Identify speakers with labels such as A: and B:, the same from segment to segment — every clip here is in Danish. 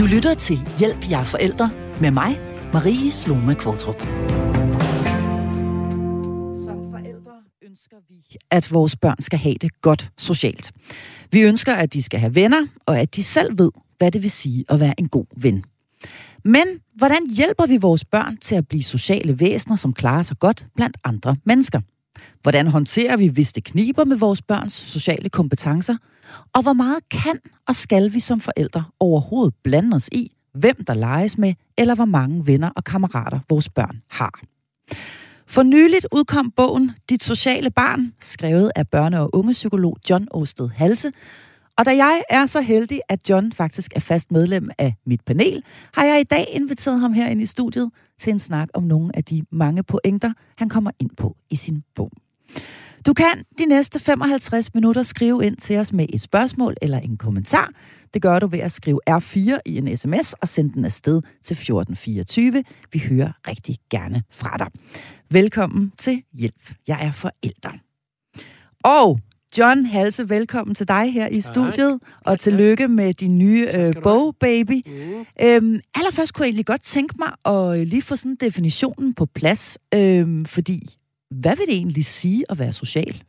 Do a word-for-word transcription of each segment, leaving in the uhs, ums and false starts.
A: lytter til Hjælp, jeg er forældre med mig, Marie Sloma Kvartrup. Som forældre ønsker vi, at vores børn skal have det godt socialt. Vi ønsker, at de skal have venner, og at de selv ved, hvad det vil sige at være en god ven. Men hvordan hjælper vi vores børn til at blive sociale væsener, som klarer sig godt blandt andre mennesker? Hvordan håndterer vi, hvis det kniber med vores børns sociale kompetencer? Og hvor meget kan og skal vi som forældre overhovedet blande os i, hvem der leges med, eller hvor mange venner og kammerater vores børn har? For nyligt udkom bogen Dit sociale barn, skrevet af børne- og ungepsykolog John Aasted Halse. Og da jeg er så heldig, at John faktisk er fast medlem af mit panel, har jeg i dag inviteret ham herind i studiet til en snak om nogle af de mange pointer, han kommer ind på i sin bog. Du kan de næste femoghalvtreds minutter skrive ind til os med et spørgsmål eller en kommentar. Det gør du ved at skrive R fire i en sms og sende den afsted til fjorten fireogtyve. Vi hører rigtig gerne fra dig. Velkommen til Hjælp, jeg er forældre. Og John Halse, velkommen til dig her i studiet, tak. Og tillykke med din nye øh, bog, baby. Mm. Øhm, allerførst kunne jeg egentlig godt tænke mig at lige få sådan definitionen på plads, øhm, fordi hvad vil det egentlig sige at være social?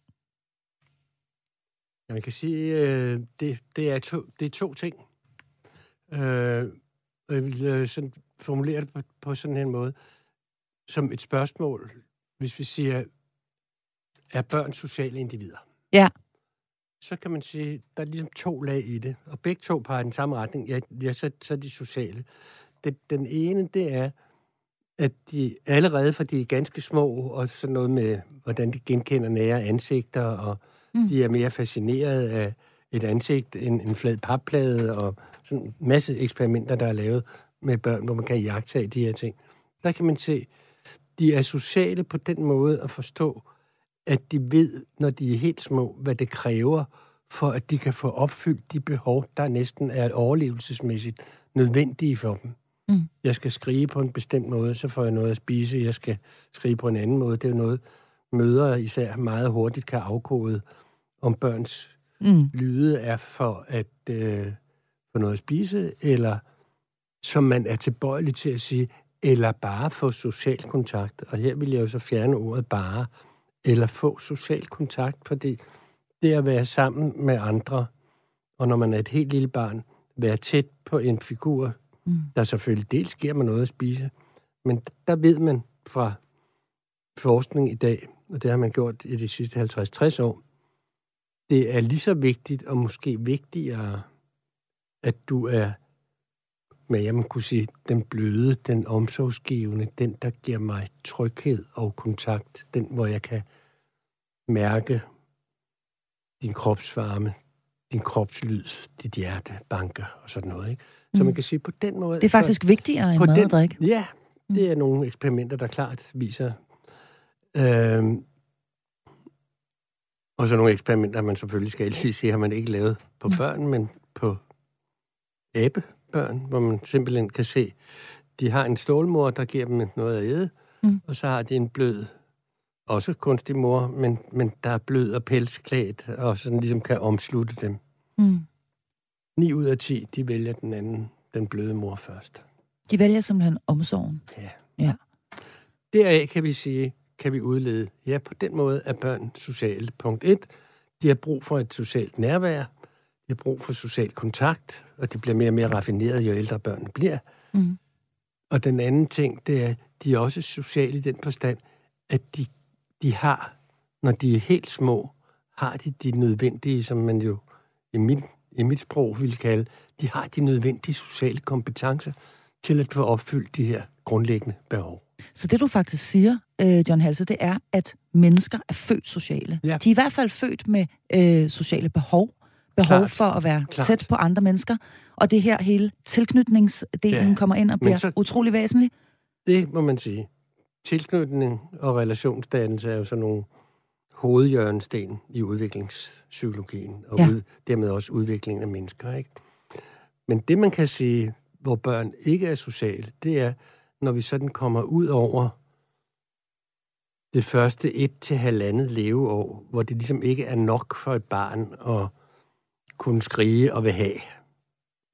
B: Ja, man kan sige, øh, det, det, er to, det er to ting. Øh, jeg vil øh, sådan formulere det på, på sådan en måde, som et spørgsmål, hvis vi siger, er børn sociale individer?
A: Ja.
B: Så kan man sige, der er ligesom to lag i det, og begge to peger i den samme retning. Ja, ja så, så er de sociale. Det, den ene, det er, at de allerede fra de er ganske små, og sådan noget med, hvordan de genkender nære ansigter, og mm. de er mere fascineret af et ansigt end en flad papplade, og sådan en masse eksperimenter, der er lavet med børn, hvor man kan iagttage de her ting. Der kan man se, de er sociale på den måde at forstå, at de ved, når de er helt små, hvad det kræver, for at de kan få opfyldt de behov, der næsten er overlevelsesmæssigt nødvendige for dem. Mm. Jeg skal skrige på en bestemt måde, så får jeg noget at spise. Jeg skal skrige på en anden måde. Det er noget, mødre især meget hurtigt kan afkode, om børns mm. lyde er for at øh, få noget at spise, eller som man er tilbøjelig til at sige, eller bare få social kontakt. Og her vil jeg jo så fjerne ordet bare, eller få social kontakt, fordi det at være sammen med andre, og når man er et helt lille barn, være tæt på en figur, mm. der selvfølgelig dels giver man noget at spise, men der ved man fra forskning i dag, og det har man gjort i de sidste halvtreds til tres år, det er lige så vigtigt, og måske vigtigere, at du er, hvad jeg må kunne sige, den bløde, den omsorgsgivende, den, der giver mig tryghed og kontakt, den, hvor jeg kan mærke din kropsvarme, din kropslyd, dit hjerte banker og sådan noget, ikke? Så mm. man kan sige på den måde...
A: Det er faktisk for, vigtigere end mad og drik.
B: Ja, det er mm. nogle eksperimenter, der klart viser. Øhm, og så nogle eksperimenter, man selvfølgelig skal lige sige, har man ikke lavet på børn, mm. men på abebørn, hvor man simpelthen kan se, de har en stålmor, der giver dem noget at æde, mm. og så har de en blød, også kunstig mor, men, men der er blød og pelsklædt, og sådan ligesom kan omslutte dem. Mm. ni ud af ti, de vælger den anden, den bløde mor først.
A: De vælger simpelthen omsorgen?
B: Ja.
A: Ja.
B: Deraf kan vi sige, kan vi udlede, ja, på den måde er børn sociale. Punkt et, de har brug for et socialt nærvær, de har brug for social kontakt, og det bliver mere og mere raffineret, jo ældre børnene bliver. Mm. Og den anden ting, det er, de er også sociale i den forstand, at de, de har, når de er helt små, har de de nødvendige, som man jo i mit, i mit sprog vil kalde, de har de nødvendige sociale kompetencer til at få opfyldt de her grundlæggende behov.
A: Så det, du faktisk siger, øh, John Halse, det er, at mennesker er født sociale. Ja. De er i hvert fald født med øh, sociale behov. Behov Klart. For at være Klart. Tæt på andre mennesker. Og det her hele tilknytningsdelen ja. Kommer ind og bliver så, utrolig væsentlig.
B: Det må man sige. Tilknytning og relationsdannelse er jo sådan nogle hovedhjørnesten i udviklingspsykologien, og ja. ud, dermed også udviklingen af mennesker, ikke? Men det, man kan sige, hvor børn ikke er sociale, det er, når vi sådan kommer ud over det første et til halvandet leveår, hvor det ligesom ikke er nok for et barn at kunne skrige og vil have.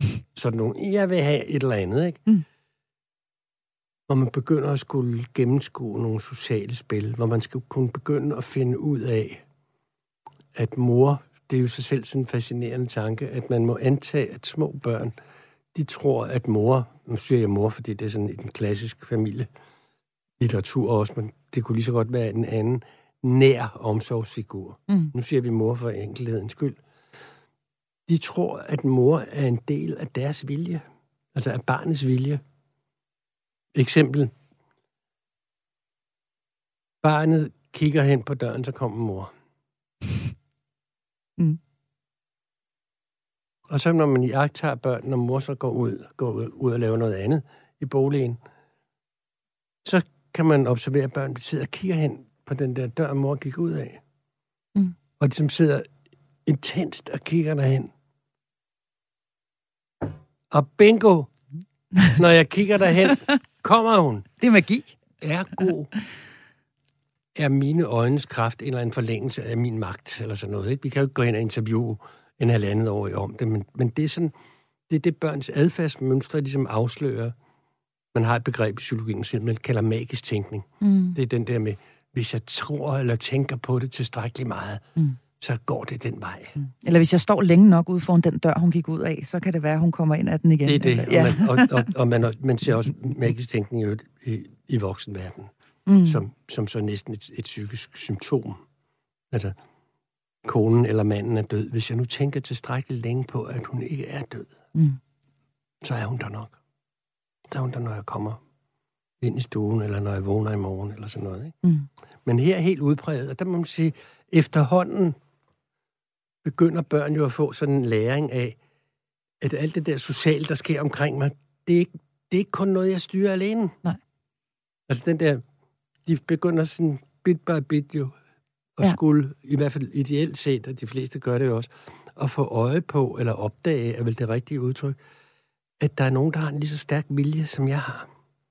B: sådan nogle, jeg vil have et eller andet, ikke?
A: Mm.
B: Hvor man begynder at skulle gennemskue nogle sociale spil, hvor man skal kunne begynde at finde ud af, at mor, det er jo sig selv sådan en fascinerende tanke, at man må antage, at små børn, de tror, at mor, nu siger jeg mor, fordi det er sådan en klassisk familielitteratur også, men det kunne lige så godt være en anden nær omsorgsfigur. Mm. Nu siger vi mor for enkelhedens skyld. De tror, at mor er en del af deres vilje, altså af barnets vilje. Eksempel. Barnet kigger hen på døren, så kommer mor.
A: Mm.
B: Og så når man iagttager børn, når mor så går ud, går ud og laver noget andet i boligen, så kan man observere, at børn sidder og kigger hen på den der dør, mor gik ud af. Mm. Og de som sidder intenst og kigger derhen. Og bingo! Når jeg kigger derhen, kommer hun.
A: Det er magi.
B: Er god. Er mine øjnes kraft en eller anden forlængelse af min magt, eller sådan noget. Ikke? Vi kan jo ikke gå ind og interviewe en halvandet år om det, men, men det er sådan, det er det børns adfærdsmønstre, ligesom afslører. Man har et begreb i psykologien, som man kalder magisk tænkning. Mm. Det er den der med, hvis jeg tror eller tænker på det tilstrækkeligt meget, mm. så går det den vej. Mm.
A: Eller hvis jeg står længe nok ude foran den dør, hun gik ud af, så kan det være, hun kommer ind af den igen.
B: Det er det,
A: eller,
B: og,
A: ja.
B: man, og, og, og man, man ser også magisk tænkning i, i, i voksenverdenen, mm. som, som så næsten et, et psykisk symptom. Altså, konen eller manden er død. Hvis jeg nu tænker tilstrækkeligt længe på, at hun ikke er død, mm. så er hun der nok. Så er hun der, når jeg kommer ind i stuen, eller når jeg vågner i morgen, eller sådan noget. Ikke? Mm. Men her er helt udpræget, og der må man sige, efterhånden begynder børn jo at få sådan en læring af, at alt det der sociale, der sker omkring mig, det er ikke, det er ikke kun noget, jeg styrer alene.
A: Nej.
B: Altså den der, de begynder sådan bit by bit jo, og ja. skulle, i hvert fald ideelt set, og de fleste gør det jo også, at få øje på, eller opdage, er vel det rigtige udtryk, at der er nogen, der har en lige så stærk vilje, som jeg har.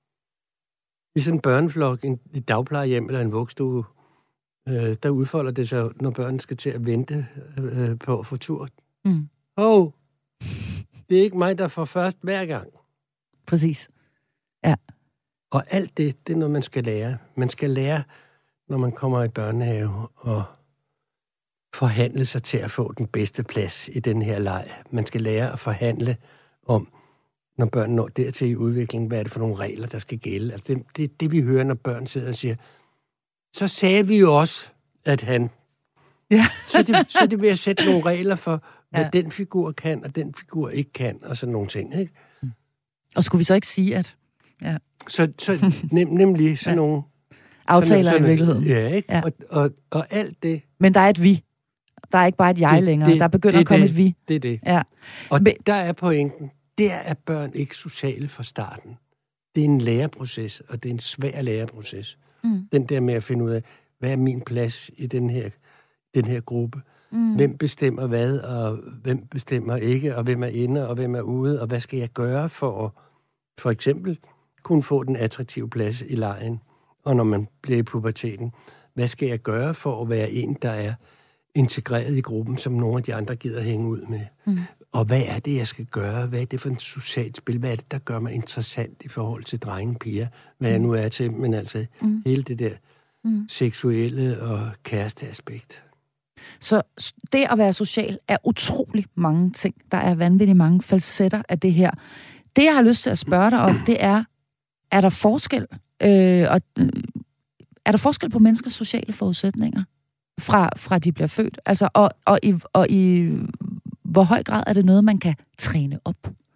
B: I sådan en børneflok, en, et dagplejehjem eller en vugstue, øh, der udfolder det sig, når børn skal til at vente øh, på at få tur. Mm. Oh, det er ikke mig, der får først hver gang.
A: Præcis. Ja.
B: Og alt det, det er noget, man skal lære. Man skal lære, når man kommer i børnehave, og forhandle sig til at få den bedste plads i den her leg. Man skal lære at forhandle om, når børn når dertil i udviklingen, hvad er det for nogle regler, der skal gælde. Altså det, det, det vi hører, når børn sidder og siger, så sagde vi jo også, at han... Ja. så, det, så det ved at sætte nogle regler for, hvad ja. den figur kan, og den figur ikke kan, og sådan nogle ting, ikke?
A: Og skulle vi så ikke sige, at... Ja.
B: Så, så nem, nemlig sådan ja. nogle...
A: Aftaler
B: sådan, sådan,
A: i virkeligheden.
B: Ja, ikke? Ja. Og, og, og alt det...
A: Men der er et vi. Der er ikke bare et jeg det, længere. Det, der begynder det, at komme
B: det,
A: et vi.
B: Det er det.
A: Ja.
B: Og
A: Men,
B: der er pointen. Der er børn ikke sociale fra starten. Det er en læreproces, og det er en svær læreproces. Mm. Den der med at finde ud af, hvad er min plads i den her, den her gruppe? Mm. Hvem bestemmer hvad, og hvem bestemmer ikke, og hvem er inde, og hvem er ude, og hvad skal jeg gøre for at for eksempel kunne få den attraktive plads i legen? Og når man bliver i puberteten, hvad skal jeg gøre for at være en, der er integreret i gruppen, som nogle af de andre gider hænge ud med? Mm. Og hvad er det, jeg skal gøre? Hvad er det for et socialt spil? Hvad er det, der gør mig interessant i forhold til drenge, piger? Hvad mm. jeg nu er til, men altså mm. hele det der mm. seksuelle og kæresteaspekt.
A: Så det at være social er utrolig mange ting. Der er vanvittigt mange falsetter af det her. Det, jeg har lyst til at spørge dig om, det er, er der forskel, øh, og, øh, er der forskel på menneskers sociale forudsætninger, fra, fra de bliver født? Altså, og, og, i, og i hvor høj grad er det noget, man kan træne op?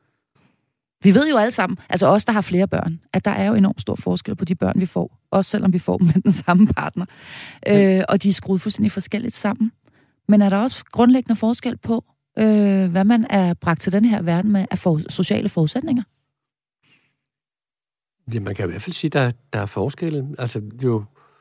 A: Vi ved jo alle sammen, altså os, der har flere børn, at der er jo enormt stor forskel på de børn, vi får, også selvom vi får dem med den samme partner. Øh, og de er skruet fuldstændig forskelligt sammen. Men er der også grundlæggende forskel på, øh, hvad man er bragt til den her verden med af for, sociale forudsætninger?
B: Ja, man kan i hvert fald sige, at der, der er forskelle. Altså jo,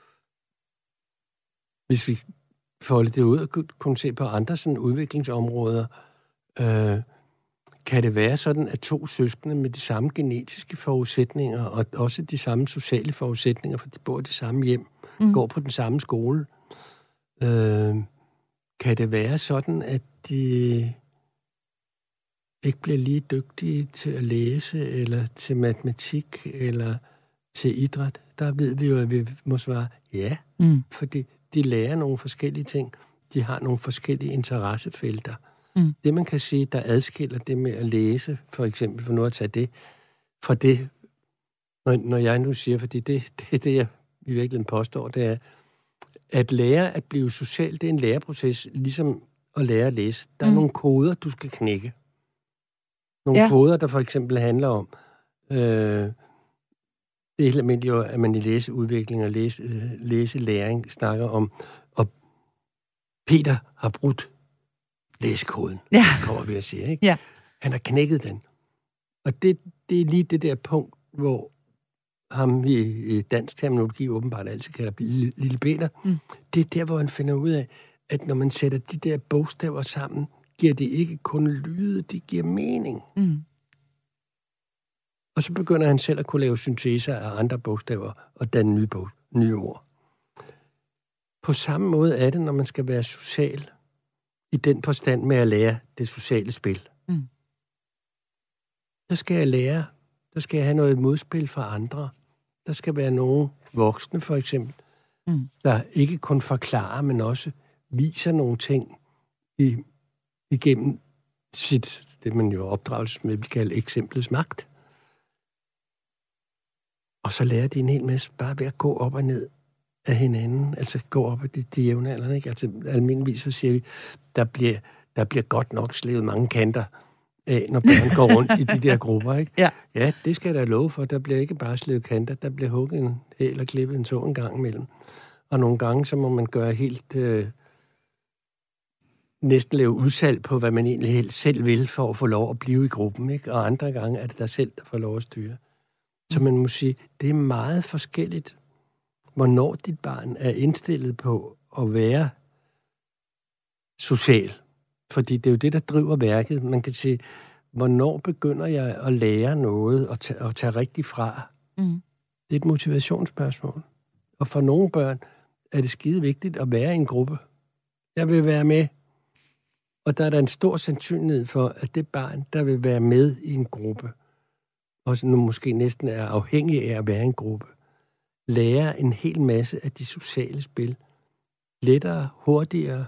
B: hvis vi får det ud og kunne se på andre sådan udviklingsområder, øh, kan det være sådan, at to søskende med de samme genetiske forudsætninger, og også de samme sociale forudsætninger, for de bor i det samme hjem, mm. går på den samme skole, øh, kan det være sådan, at de ikke bliver lige dygtige til at læse, eller til matematik, eller til idræt, der ved vi jo, at vi må svare ja, mm. fordi de lærer nogle forskellige ting. De har nogle forskellige interessefelter. Mm. Det, man kan sige, der adskiller det med at læse, for eksempel, for nu at tage det, fra det, når, når jeg nu siger, fordi det, det er det, jeg i virkeligheden påstår, det er, at lære at blive social, det er en læreproces, ligesom at lære at læse. Der er mm. nogle koder, du skal knække. Nogle ja. koder, der for eksempel handler om, øh, det er helt almindeligt jo, at man i læseudvikling og læse, øh, læselæring snakker om, og Peter har brudt læsekoden, ja. kommer vi at sige, ikke? Ja. Han har knækket den. Og det, det er lige det der punkt, hvor ham i, i dansk terminologi åbenbart altid kalder lille, lille Peter. Mm. Det er der, hvor han finder ud af, at når man sætter de der bogstaver sammen, giver det ikke kun lyde, det giver mening. Mm. Og så begynder han selv at kunne lave synteser af andre bogstaver og danne nye, bog, nye ord. På samme måde er det, når man skal være social, i den forstand med at lære det sociale spil. Mm. Der skal jeg lære, der skal jeg have noget modspil fra andre. Der skal være nogle voksne, for eksempel, mm. der ikke kun forklarer, men også viser nogle ting i, igennem sit, det man jo opdragelses med, vi kalder eksemplets magt. Og så lærer de en hel masse bare ved at gå op og ned af hinanden, altså gå op af de, de jævnaldrende, ikke? Altså almindeligvis så siger vi, der bliver, der bliver godt nok slevet mange kanter af, når børn går rundt i de der grupper, ikke? Ja. Ja, det skal jeg da love for. Der bliver ikke bare slevet kanter, der bliver hugget en hæl og klippet en tå en gang imellem. Og nogle gange, så må man gøre helt øh, næsten lave udsalg på, hvad man egentlig helt selv vil, for at få lov at blive i gruppen, ikke? Og andre gange er det der selv, der får lov at styre. Så man må sige, det er meget forskelligt, hvornår dit barn er indstillet på at være social. Fordi det er jo det, der driver værket. Man kan sige, hvornår begynder jeg at lære noget og tage, og tage rigtig fra? Mm. Det er et motivationsspørgsmål. Og for nogle børn er det skide vigtigt at være i en gruppe. Jeg vil være med. Og der er der en stor sandsynlighed for, at det barn, der vil være med i en gruppe, og nu måske næsten er afhængig af at være i en gruppe, lærer en hel masse af de sociale spil. Lettere, hurtigere,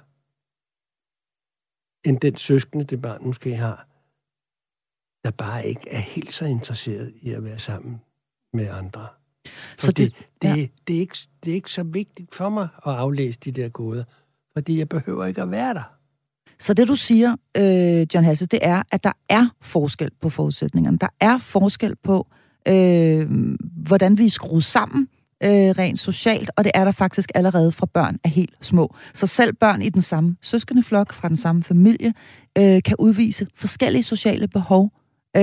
B: end den søskende, det barn måske har, der bare ikke er helt så interesseret i at være sammen med andre. Så det, det, ja. det, det, er ikke, det er ikke så vigtigt for mig at aflæse de der koder, fordi jeg behøver ikke at være der.
A: Så det, du siger, øh, John Hasse, det er, at der er forskel på forudsætningerne. Der er forskel på, øh, hvordan vi er skruet sammen øh, rent socialt, og det er der faktisk allerede fra børn er helt små. Så selv børn i den samme søskendeflok, fra den samme familie, øh, kan udvise forskellige sociale behov, øh,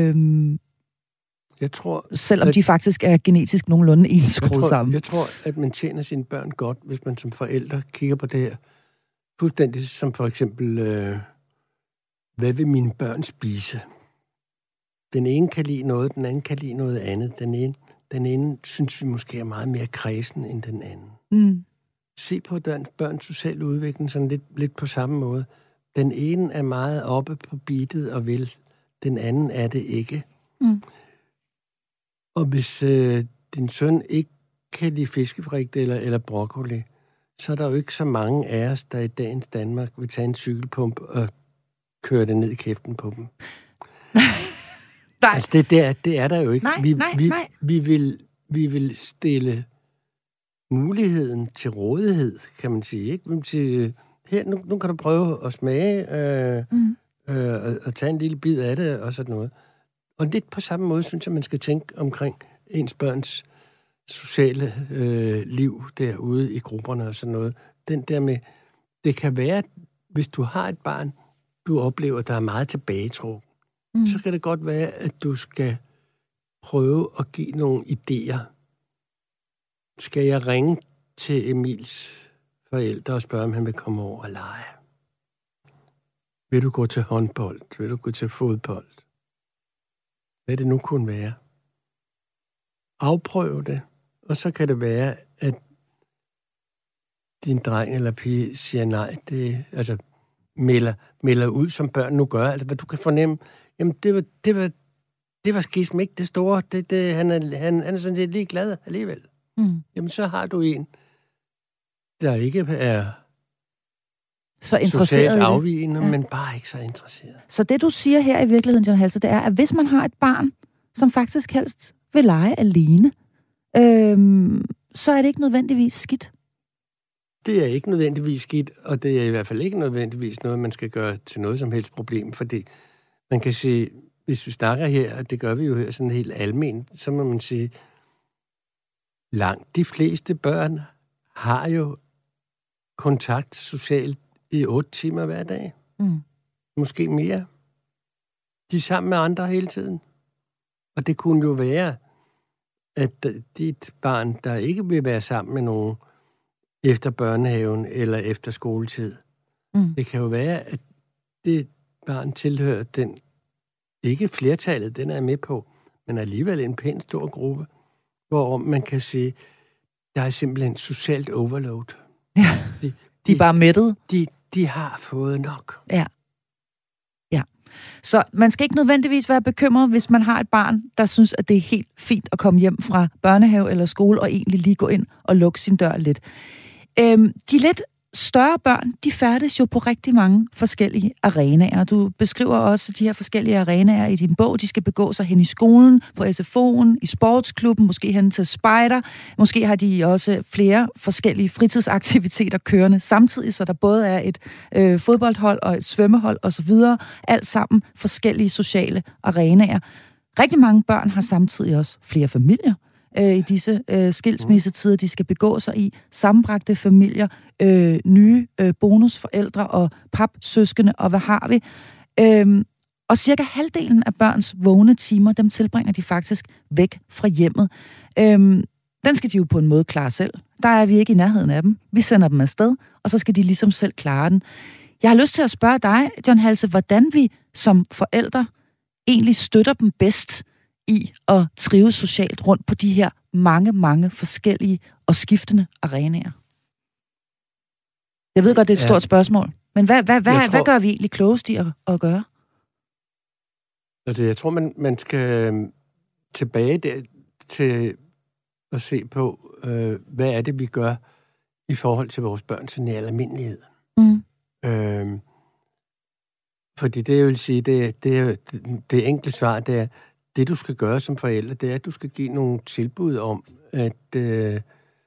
B: jeg tror,
A: selvom at, de faktisk er genetisk nogenlunde ens skruet sammen.
B: Jeg tror, at man tjener sine børn godt, hvis man som forældre kigger på det her. Fuldstændig som for eksempel, øh, hvad vil mine børn spise? Den ene kan lide noget, den anden kan lide noget andet. Den ene, den ene synes vi måske er meget mere kredsen end den anden. Mm. Se på den børns sociale udvikling sådan lidt, lidt på samme måde. Den ene er meget oppe på beatet og vil. Den anden er det ikke. Mm. Og hvis øh, din søn ikke kan lide fiskefrikadeller eller broccoli, så er der jo ikke så mange af os, der i dagens Danmark vil tage en cykelpump og køre det ned i kæften på dem. Nej. Altså, det, der, det er der jo ikke.
A: Nej,
B: vi,
A: nej,
B: vi,
A: nej.
B: Vi, vil, vi vil stille muligheden til rådighed, kan man sige. Ikke? Man siger, her, nu, nu kan du prøve at smage øh, mm. øh, og, og tage en lille bid af det og sådan noget. Og lidt på samme måde, synes jeg, man skal tænke omkring ens børns sociale øh, liv derude i grupperne og sådan noget. Den der med, det kan være, hvis du har et barn, du oplever, der er meget tilbagetråk, mm. så kan det godt være, at du skal prøve at give nogle idéer. Skal jeg ringe til Emils forældre og spørge, om han vil komme over og lege? Vil du gå til håndbold? Vil du gå til fodbold? Hvad det nu kunne være? Afprøv det. Og så kan det være, at din dreng eller pige siger nej. Det, altså, melder, melder ud, som børn nu gør. Altså, hvad du kan fornemme, jamen, det var, det var, det var skism ikke det store. Det, det, han, er, han, han er sådan set lige glad alligevel. Mm. Jamen, så har du en, der ikke er
A: så interesseret
B: socialt afvigende, ja. Men bare ikke så interesseret.
A: Så det, du siger her i virkeligheden, John Halse, det er, at hvis man har et barn, som faktisk helst vil lege alene, øhm, så er det ikke nødvendigvis skidt.
B: Det er ikke nødvendigvis skidt, og det er i hvert fald ikke nødvendigvis noget, man skal gøre til noget som helst problem, fordi man kan sige, hvis vi snakker her, og det gør vi jo her sådan helt alment, så må man sige, langt de fleste børn har jo kontakt socialt i otte timer hver dag. Mm. Måske mere. De er sammen med andre hele tiden. Og det kunne jo være, at dit barn, der ikke vil være sammen med nogen efter børnehaven eller efter skoletid, mm. det kan jo være, at det barn tilhører den, ikke flertallet, den er med på, men alligevel en pæn stor gruppe, hvor man kan sige, der er simpelthen socialt overload.
A: Ja, de, de, de er bare mættet.
B: De, de har fået nok.
A: Ja. Ja. Så man skal ikke nødvendigvis være bekymret, hvis man har et barn, der synes, at det er helt fint at komme hjem fra børnehave eller skole, og egentlig lige gå ind og lukke sin dør lidt. Øhm, de lidt større børn, de færdes jo på rigtig mange forskellige arenaer. Du beskriver også de her forskellige arenaer i din bog. De skal begå sig hen i skolen, på S F O'en, i sportsklubben, måske hen til spejder. Måske har de også flere forskellige fritidsaktiviteter kørende samtidig, så der både er et øh, fodboldhold og et svømmehold osv. Alt sammen forskellige sociale arenaer. Rigtig mange børn har samtidig også flere familier øh, i disse øh, skilsmissetider, de skal begå sig i. Sammenbragte familier, øh, nye øh, bonusforældre og papsøskende, og hvad har vi? Øhm, og cirka halvdelen af børns vågne timer, dem tilbringer de faktisk væk fra hjemmet. Øhm, den skal de jo på en måde klare selv. Der er vi ikke i nærheden af dem. Vi sender dem afsted, og så skal de ligesom selv klare den. Jeg har lyst til at spørge dig, John Halse, hvordan vi som forældre egentlig støtter dem bedst i at trives socialt rundt på de her mange, mange forskellige og skiftende arenaer. Jeg ved godt, det er et ja. stort spørgsmål, men hvad, hvad, hvad, tror, hvad gør vi egentlig klogest i at, at gøre?
B: Altså, jeg tror, man, man skal tilbage der, til at se på, øh, hvad er det, vi gør i forhold til vores børn til al almindelighed. Mm. Øh, fordi det, jeg vil sige, det, det, det, det enkle svar, det er, det du skal gøre som forælder, det er, at du skal give nogle tilbud om, at øh,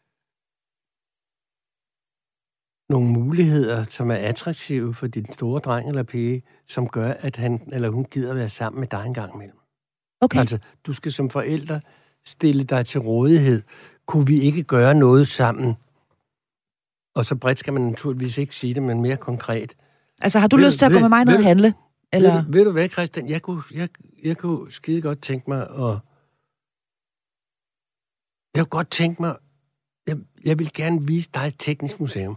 B: nogle muligheder, som er attraktive for din store dreng eller pige, som gør, at han eller hun gider være sammen med dig en gang imellem.
A: Okay.
B: Altså, du skal som forælder stille dig til rådighed. Kunne vi ikke gøre noget sammen? Og så bredt skal man naturligvis ikke sige det, men mere konkret.
A: Altså, har du ved, lyst til at gå med mig ned og handle? Eller?
B: Ved, ved du hvad, Christian? Jeg kunne, jeg, jeg kunne skide godt tænke mig at... Jeg kunne godt tænke mig... Jeg, jeg vil gerne vise dig et teknisk museum.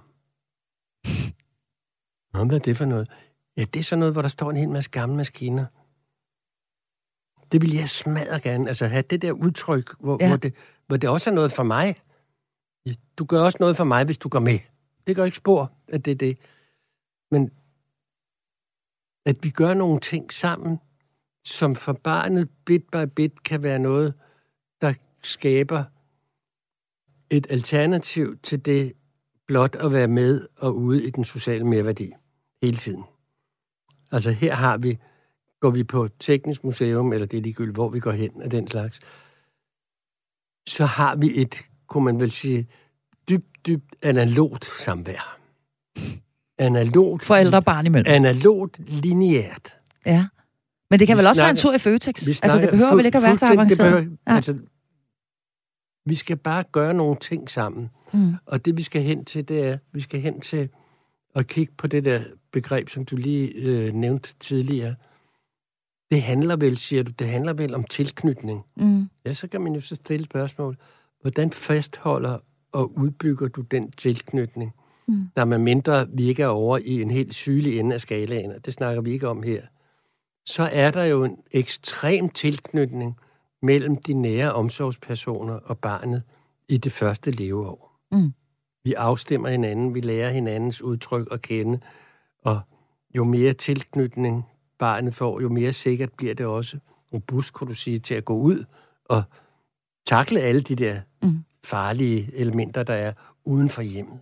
B: Nå, hvad er det for noget? Ja, det er sådan noget, hvor der står en hel masse gamle maskiner. Det vil jeg smadre gerne. Altså, have det der udtryk, hvor, ja. hvor, det, hvor det også er noget for mig. Du gør også noget for mig, hvis du går med. Det gør ikke spor, at det er det. Men at vi gør nogle ting sammen, som for barnet bit by bit kan være noget, der skaber et alternativ til det blot at være med og ude i den sociale merværdi hele tiden. Altså her har vi, går vi på teknisk museum, eller det er ligegyldigt, hvor vi går hen af den slags, så har vi et, kunne man vel sige, dybt, dybt analogt samvær. Analogt.
A: Forældre og barn imellem.
B: Analogt lineært.
A: Ja. Men det kan vi vel snakker, også være en tur i Føtex? Snakker, altså det behøver vel ikke at være så avanceret?
B: Behøver, ja. Altså, vi skal bare gøre nogle ting sammen. Mm. Og det vi skal hen til, det er, vi skal hen til at kigge på det der begreb, som du lige øh, nævnte tidligere. Det handler vel, siger du, det handler vel om tilknytning. Mm. Ja, så kan man jo så stille spørgsmål. Hvordan fastholder og udbygger du den tilknytning? Mm. Der med mindre vi ikke er over i en helt sygelig ende af skalaen, og det snakker vi ikke om her. Så er der jo en ekstrem tilknytning mellem de nære omsorgspersoner og barnet i det første leveår. Mm. Vi afstemmer hinanden, vi lærer hinandens udtryk at kende, og jo mere tilknytning barnet får, jo mere sikkert bliver det også robust, kunne du sige, til at gå ud og takle alle de der mm. farlige elementer, der er uden for hjemmet.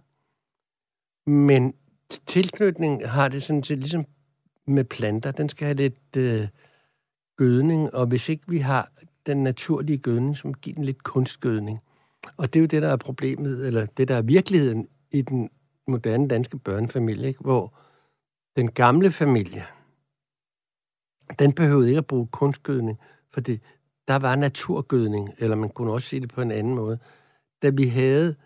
B: Men tilknytning har det sådan set ligesom med planter. Den skal have lidt øh, gødning, og hvis ikke vi har den naturlige gødning, som giver den lidt kunstgødning. Og det er jo det, der er problemet, eller det, der er virkeligheden i den moderne danske børnefamilie, ikke? Hvor den gamle familie, den behøvede ikke at bruge kunstgødning, fordi der var naturgødning, eller man kunne også sige det på en anden måde. Da vi havde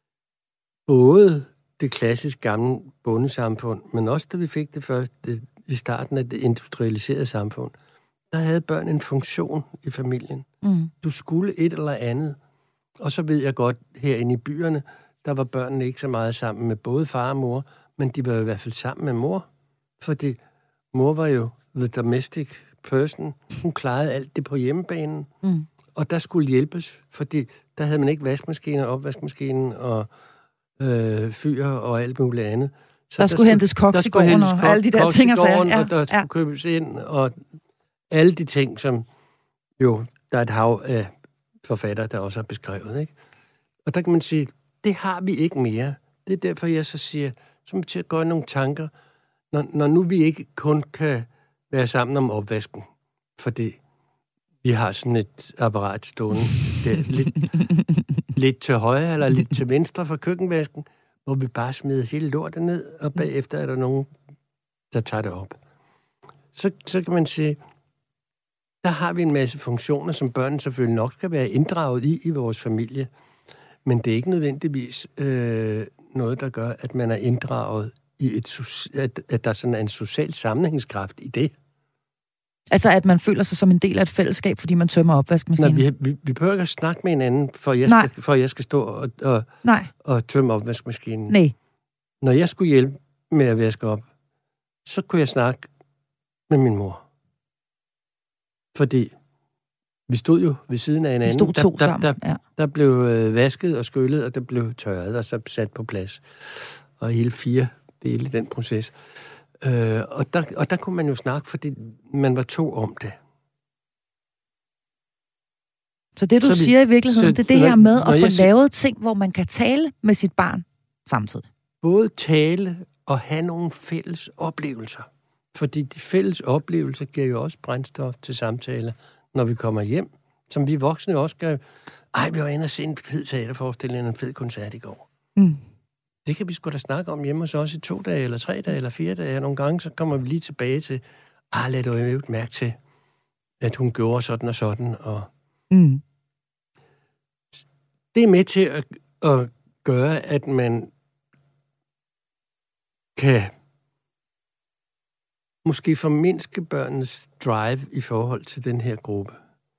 B: både det klassisk gamle bondesamfund, men også da vi fik det første i starten af det industrialiserede samfund, der havde børn en funktion i familien. Mm. Du skulle et eller andet. Og så ved jeg godt, herinde i byerne, der var børnene ikke så meget sammen med både far og mor, men de var i hvert fald sammen med mor. Fordi mor var jo the domestic person. Hun klarede alt det på hjemmebanen. Mm. Og der skulle hjælpes, fordi der havde man ikke vaskemaskiner, opvaskemaskinen og øh, fyr og alt muligt andet. Så
A: der, der skulle hentes koks i gården og alle de der ting og sager.
B: Ja, og der skulle ja. købes ind, og alle de ting, som jo, der er et hav af forfatter, der også har beskrevet, ikke? Og der kan man sige, det har vi ikke mere. Det er derfor, jeg så siger, så må vi til at gøre nogle tanker, når, når nu vi ikke kun kan være sammen om opvasken, fordi vi har sådan et apparat stående der, lidt, lidt til højre eller lidt til venstre for køkkenvasken, hvor vi bare smider hele lortet ned, og bagefter er der nogen, der tager det op. Så, så kan man sige, der har vi en masse funktioner, som børnene selvfølgelig nok skal være inddraget i i vores familie. Men det er ikke nødvendigvis øh, noget, der gør, at man er inddraget i et, at, at der sådan er en social sammenhængskraft i det.
A: Altså, at man føler sig som en del af et fællesskab, fordi man tømmer opvaskemaskinen?
B: Nej, vi, vi, vi behøver ikke at snakke med hinanden, for jeg, skal, for jeg skal stå og, og, og tømme opvaskemaskinen.
A: Nej.
B: Når jeg skulle hjælpe med at vaske op, så kunne jeg snakke med min mor. Fordi vi stod jo ved siden af hinanden.
A: Vi stod to
B: der,
A: sammen,
B: der, der,
A: ja.
B: Der blev øh, vasket og skyllet, og der blev tørret og så sat på plads. Og hele fire dele i den proces. Øh, og, der, og der kunne man jo snakke, fordi man var to om det.
A: Så det, du så siger vi, i virkeligheden, så, det er det her med at få siger, lavet ting, hvor man kan tale med sit barn samtidig.
B: Både tale og have nogle fælles oplevelser. Fordi de fælles oplevelser giver jo også brændstof til samtaler, når vi kommer hjem. Som vi voksne også gør. Ej, vi var inde og se en fed teaterforestilling, en fed koncert i går. Mm. Det kan vi sgu da snakke om hjemme hos os i to dage, eller tre dage, eller fire dage. Nogle gange, så kommer vi lige tilbage til, ah, lad du jo ikke mærke til, at hun gjorde sådan og sådan. Og mm. Det er med til at, at gøre, at man kan måske formindske børnenes drive i forhold til den her gruppe.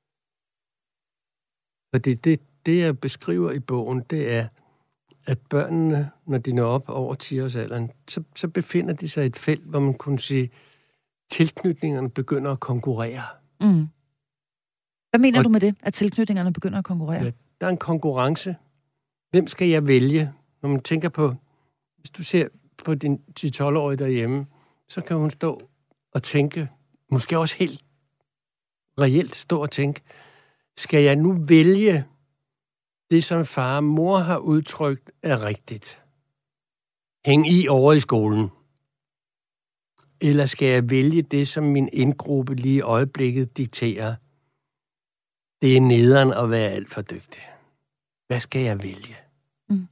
B: Fordi det, det, jeg beskriver i bogen, det er, at børnene, når de når op over ti-årsalderen, så, så befinder de sig i et felt, hvor man kunne sige, tilknytningerne begynder at konkurrere.
A: Mm. Hvad mener Og, du med det, at tilknytningerne begynder at konkurrere?
B: Ja, der er en konkurrence. Hvem skal jeg vælge? Når man tænker på, hvis du ser på din ti-tolv-årige derhjemme, så kan hun stå og tænke, måske også helt reelt stå og tænke, skal jeg nu vælge det, som far og mor har udtrykt, er rigtigt? Hæng i over i skolen. Eller skal jeg vælge det, som min indgruppe lige i øjeblikket dikterer? Det er nederen at være alt for dygtig. Hvad skal jeg vælge? Mm.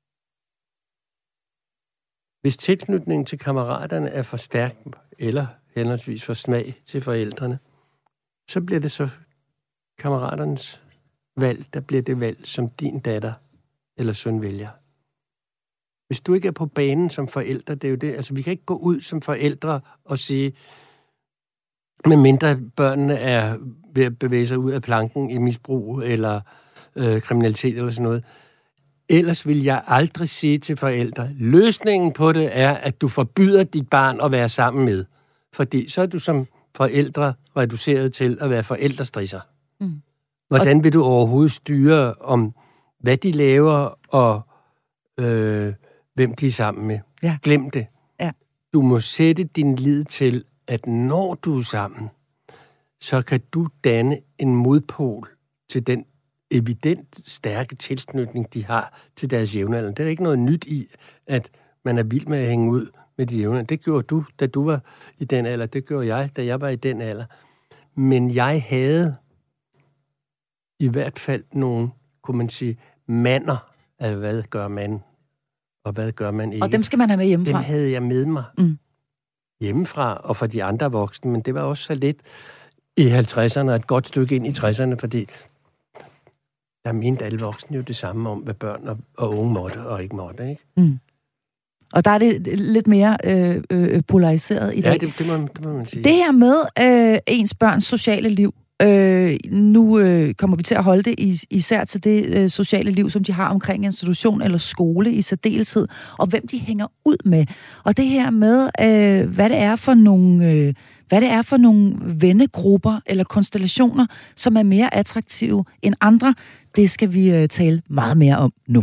B: Hvis tilknytningen til kammeraterne er for stærk, eller henholdsvis for smag til forældrene, så bliver det så kammeraternes valg, der bliver det valg, som din datter eller søn vælger. Hvis du ikke er på banen som forældre, det er jo det, altså vi kan ikke gå ud som forældre og sige, medmindre børnene er ved at bevæge sig ud af planken i misbrug eller øh, kriminalitet eller sådan noget. Ellers vil jeg aldrig sige til forældre, løsningen på det er, at du forbyder dit barn at være sammen med. Fordi så er du som forældre reduceret til at være forældrestrisser. Mm. Hvordan vil du overhovedet styre om, hvad de laver, og øh, hvem de er sammen med?
A: Ja.
B: Glem det.
A: Ja.
B: du må sætte din lid til, at når du er sammen, så kan du danne en modpol til den evident stærke tilknytning, de har til deres jævnaldrende. Det er ikke noget nyt i, at man er vild med at hænge ud med de jævnaldrende. Det gjorde du, da du var i den alder. Det gjorde jeg, da jeg var i den alder. Men jeg havde i hvert fald nogle, kunne man sige, mander af, hvad gør man, og hvad gør man ikke.
A: Og dem skal man have med hjemmefra?
B: Dem havde jeg med mig mm. hjemmefra, og for de andre voksne. Men det var også så lidt i halvtredserne, og et godt stykke ind i tresserne, fordi der mente alle voksne jo det samme om, hvad børn og, og unge måtte og ikke måtte, ikke?
A: Mm. Og der er det lidt mere øh, øh, polariseret i dag.
B: Ja, det, det, må, det må man sige.
A: Det her med øh, ens børns sociale liv, øh, nu øh, kommer vi til at holde det is- især til det øh, sociale liv, som de har omkring institution eller skole i særdeleshed, og hvem de hænger ud med. Og det her med, øh, hvad det er for nogle... Øh, hvad det er for nogle vennegrupper eller konstellationer, som er mere attraktive end andre, det skal vi øh, tale meget mere om nu.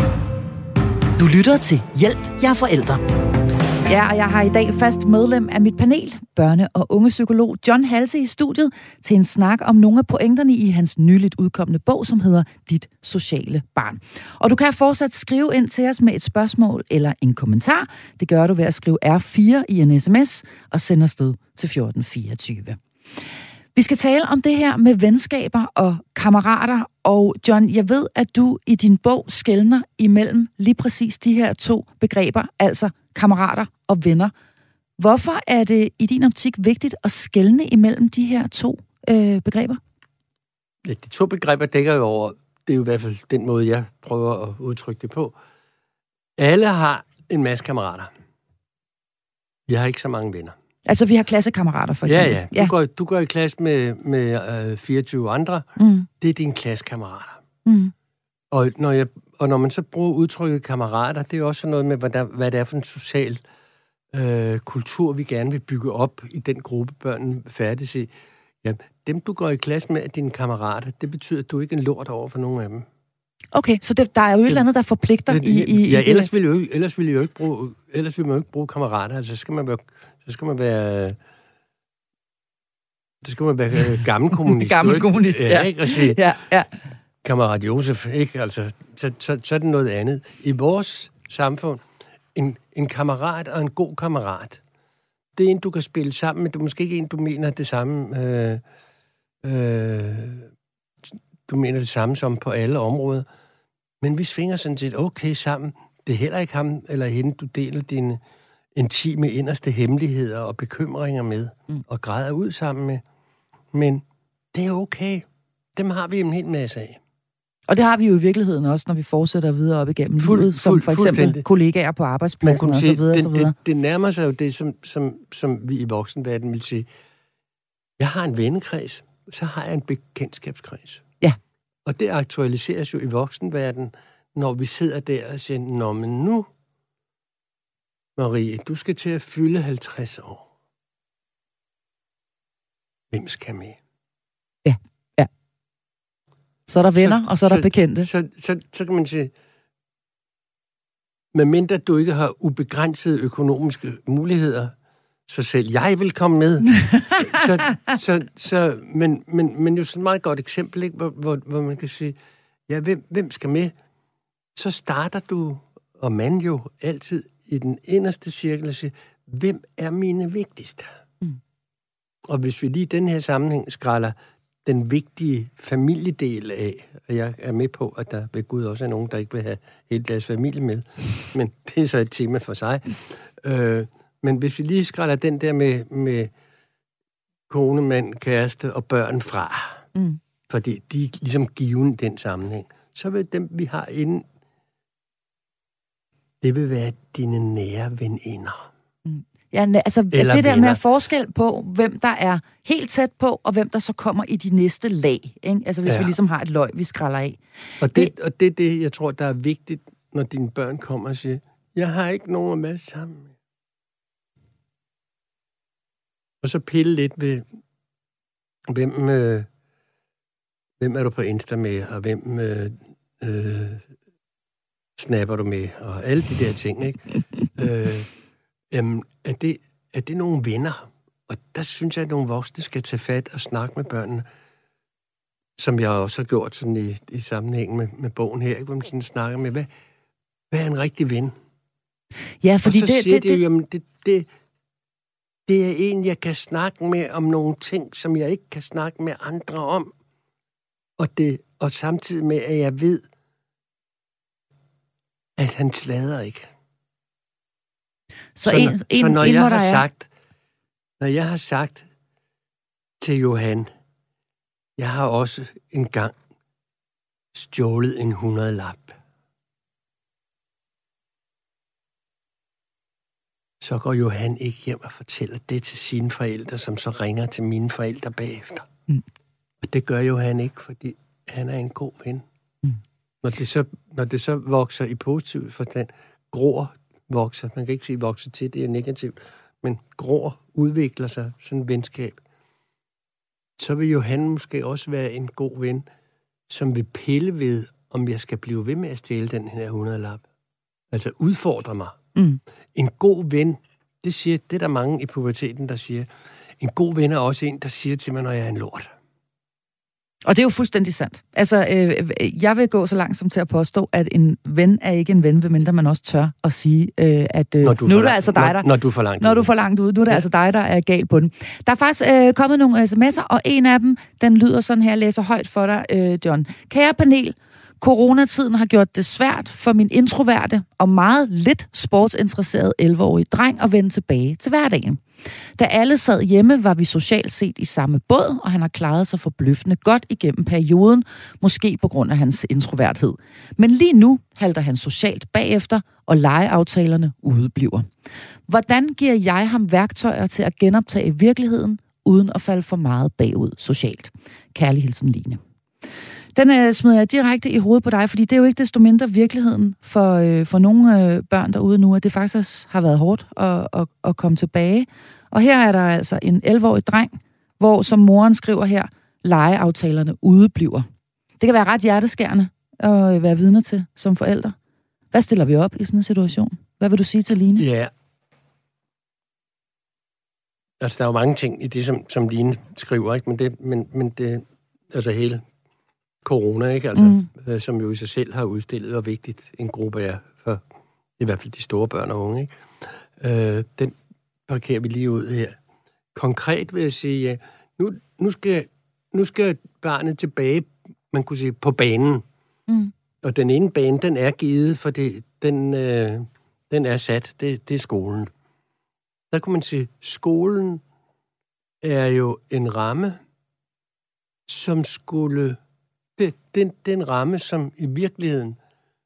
A: Du lytter til Hjælp, jeg er forældre. Ja, og jeg har i dag fast medlem af mit panel, børne- og ungepsykolog John Halse i studiet, til en snak om nogle af pointerne i hans nyligt udkommende bog, som hedder Dit sociale barn. Og du kan fortsat skrive ind til os med et spørgsmål eller en kommentar. Det gør du ved at skrive R fire i en sms og sende afsted til fjorten fireogtyve. Vi skal tale om det her med venskaber og kammerater, og John, jeg ved, at du i din bog skelner imellem lige præcis de her to begreber, altså kammerater og venner. Hvorfor er det i din optik vigtigt at skelne imellem de her to øh, begreber?
B: Ja, de to begreber dækker jo over, det er jo i hvert fald den måde, jeg prøver at udtrykke det på. Alle har en masse kammerater. Vi har ikke så mange venner.
A: Altså, vi har klassekammerater, for eksempel.
B: Ja, ja. Du, ja. Går, du går i klasse med, med øh, fireogtyve andre. Mm. Det er dine klassekammerater. Mm. Og, når jeg, og når man så bruger udtrykket kammerater, det er jo også noget med, hvad, der, hvad det er for en social øh, kultur, vi gerne vil bygge op i den gruppe, børnene færdes i. Ja, dem, du går i klasse med, er dine kammerater. Det betyder, at du ikke er en lort over for nogen af dem.
A: Okay, så det, der er jo et eller andet, der forpligter det, i, i...
B: Ja,
A: i
B: ellers ville, jo, ellers ville jeg jo ikke bruge, ellers ville man jo ikke bruge kammerater. Altså, så skal man være... Så skal man være... Så skal man være gammel kommunist.
A: gammel kommunist, ja.
B: Ja, ikke? Og sige,
A: ja, ja.
B: Kammerat Josef, ikke? Altså, så, så, så er det noget andet. I vores samfund, en, en kammerat og en god kammerat, det er en, du kan spille sammen med. Det er måske ikke en, du mener det samme... Øh, øh, du mener det samme som på alle områder. Men vi svinger sådan set okay sammen. Det er heller ikke ham eller hende, du deler dine intime inderste hemmeligheder og bekymringer med, mm. og græder ud sammen med. Men det er okay. Dem har vi en hel masse af.
A: Og det har vi jo i virkeligheden også, når vi fortsætter videre op igennem fuld, livet, som
B: fuld,
A: for eksempel kollegaer på arbejdspladsen og så videre.
B: Det,
A: så videre.
B: Det, det nærmer sig jo det, som, som, som vi i voksenverdenen vil sige. Jeg har en vennekreds, så har jeg en bekendtskabskreds.
A: Ja.
B: Og det aktualiseres jo i voksenverdenen, når vi sidder der og siger, nå, men nu, Marie, du skal til at fylde halvtreds år. Hvem skal med?
A: Ja, ja. Så er der venner, så, og så er der
B: så,
A: bekendte.
B: Så, så, så, så kan man sige, medmindre du ikke har ubegrænsede økonomiske muligheder, så selv jeg vil komme med. så, så, så, men, men, men jo sådan et meget godt eksempel, ikke? Hvor, hvor, hvor man kan sige, ja, hvem, hvem skal med? Så starter du, og man jo altid, i den inderste cirkel og siger, hvem er mine vigtigste? Mm. Og hvis vi lige i den her sammenhæng skræller den vigtige familiedel af, og jeg er med på, at der ved Gud også er nogen, der ikke vil have hele deres familie med, men det er så et tema for sig. Øh, men hvis vi lige skræller den der med, med kone, mand, kæreste og børn fra, mm. fordi de er ligesom given den sammenhæng, så vil dem, vi har inde, det vil være dine nære veninder. Mm.
A: Ja, altså Eller det der venner. Med forskel på, hvem der er helt tæt på, og hvem der så kommer i de næste lag. Ikke? Altså hvis ja. Vi ligesom har et løg, vi skræller af.
B: Og det, det, og det er det, jeg tror, der er vigtigt, når dine børn kommer og siger, jeg har ikke nogen at være sammen med. Og så pille lidt ved, hvem, øh, hvem er du på Insta med, og hvem øh, øh, snapper du med, og alle de der ting, ikke? øh, Øhm, er, det, er det nogle venner? Og der synes jeg, at nogle voksne skal tage fat og snakke med børnene, som jeg også har gjort sådan i, i sammenhæng med, med bogen her, ikke? Hvor man sådan snakker med, hvad, hvad er en rigtig ven?
A: Ja, fordi
B: og så
A: det,
B: siger
A: det,
B: de,
A: det,
B: jamen, det, det, det er en, jeg kan snakke med om nogle ting, som jeg ikke kan snakke med andre om. Og, det, og samtidig med, at jeg ved, at han slader ikke.
A: Så,
B: så,
A: en,
B: når,
A: en,
B: så når
A: en,
B: jeg
A: hvor
B: har
A: der er...
B: sagt, når jeg har sagt til Johan, jeg har også engang stjålet en hundrede-lap. Så går Johan ikke hjem og fortæller det til sine forældre, som så ringer til mine forældre bagefter. Mm. Og det gør Johan ikke, fordi han er en god ven. Mm. Når, det så, når det så vokser i positiv forstand, gror vokser, man kan ikke sige vokser til, det er negativt, men gror udvikler sig, sådan en venskab, så vil Johan måske også være en god ven, som vil pille ved, om jeg skal blive ved med at stjæle den her hundrede-lap. Altså udfordre mig. Mm. En god ven, det siger, det er der mange i puberteten, der siger, en god ven er også en, der siger til mig, når jeg er en lort.
A: Og det er jo fuldstændig sandt. Altså, øh, jeg vil gå så langt som til at påstå, at en ven er ikke en ven, medmindre man også tør at sige, øh, at øh, nu er det langt, altså dig, der...
B: Når, når du er for langt
A: Når
B: ude.
A: du er for langt ude. Nu er det ja. altså dig, der er gal på den. Der er faktisk øh, kommet nogle sms'er, og en af dem, den lyder sådan her, jeg læser højt for dig, øh, John. Kære panel, coronatiden har gjort det svært for min introverte og meget lidt sportsinteresserede elleve-årige dreng at vende tilbage til hverdagen. Da alle sad hjemme, var vi socialt set i samme båd, og han har klaret sig forbløffende godt igennem perioden, måske på grund af hans introverthed. Men lige nu halter han socialt bagefter, og legeaftalerne udebliver. Hvordan giver jeg ham værktøjer til at genoptage virkeligheden, uden at falde for meget bagud socialt? Kærlig hilsen, Line. Den øh, smider jeg direkte i hovedet på dig, fordi det er jo ikke desto mindre virkeligheden for, øh, for nogle øh, børn derude nu, at det faktisk har været hårdt at, at, at komme tilbage. Og her er der altså en elleve-årig dreng, hvor, som moren skriver her, legeaftalerne udebliver. Det kan være ret hjerteskærende at være vidne til som forældre. Hvad stiller vi op i sådan en situation? Hvad vil du sige til Line?
B: Ja. Altså, der er jo mange ting i det, som, som Line skriver, ikke? Men det, men, men det, altså hele corona, ikke? Altså, mm. øh, som jo i sig selv har udstillet, hvor vigtigt en gruppe er for i hvert fald de store børn og unge, ikke? Øh, den parkerer vi lige ud her. Konkret vil jeg sige, ja, nu, nu, skal, nu skal barnet tilbage, man kunne sige, på banen. Mm. Og den ene bane, den er givet, for det, den, øh, den er sat, det, det er skolen. Der kunne man sige, skolen er jo en ramme, som skulle... Det, den, den ramme, som i virkeligheden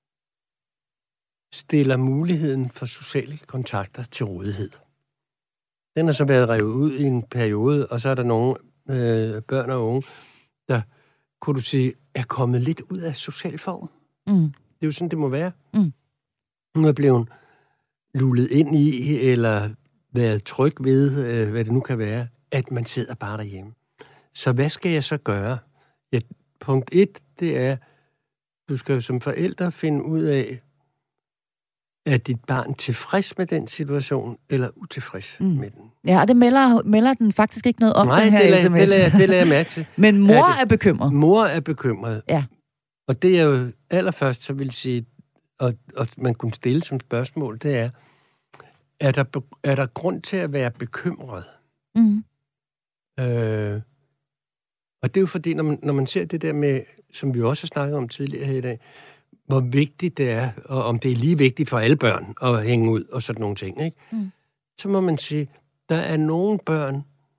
B: stiller muligheden for sociale kontakter til rådighed. Den har så været revet ud i en periode, og så er der nogle øh, børn og unge, der, kunne du sige, er kommet lidt ud af social form. Mm. Det er jo sådan, det må være. Mm. Nu er blevet lullet ind i, eller været tryg ved, øh, hvad det nu kan være, at man sidder bare derhjemme. Så hvad skal jeg så gøre? Ja, punkt et, det er, du skal jo som forældre finde ud af, er dit barn tilfreds med den situation, eller utilfreds mm. med den?
A: Ja, og det melder, melder den faktisk ikke noget om,
B: Nej,
A: den her
B: det
A: sms. Nej,
B: det lader, det lader jeg mærke til.
A: Men mor
B: er,
A: er bekymret.
B: Mor er bekymret.
A: Ja.
B: Og det er jo allerførst, så vil sige, og, og man kunne stille som spørgsmål, det er, er der, er der grund til at være bekymret? Mm. Øh, og det er jo fordi, når man, når man ser det der med, som vi også har snakket om tidligere her i dag, hvor vigtigt det er, og om det er lige vigtigt for alle børn at hænge ud og sådan nogle ting, ikke? Mm. Så må man sige, der er nogle børn,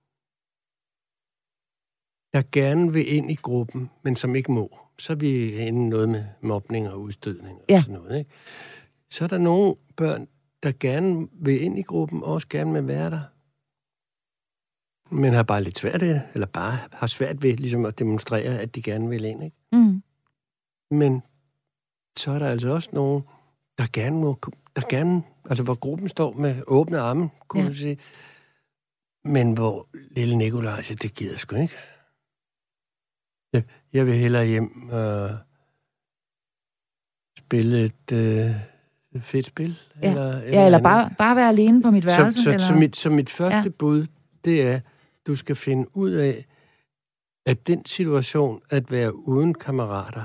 B: der gerne vil ind i gruppen, men som ikke må. Så er vi inde i noget med mobning og udstødning og ja. sådan noget, ikke? Så er der nogle børn, der gerne vil ind i gruppen, og også gerne vil være der, men har bare lidt svært ved det, eller bare har svært ved ligesom at demonstrere, at de gerne vil ind, ikke? Mm. Men så er der altså også nogen, der gerne må, der gerne, altså hvor gruppen står med åbne arme, kunne ja. du sige, men hvor lille Nikolaj, det gider sgu ikke. Jeg, jeg vil hellere hjem og spille et, øh, fedt spil.
A: Ja,
B: eller,
A: eller, ja, eller bare, bare være alene på mit værelse.
B: Så, så,
A: eller?
B: så, mit, så mit første ja. bud, det er, du skal finde ud af, at den situation at være uden kammerater,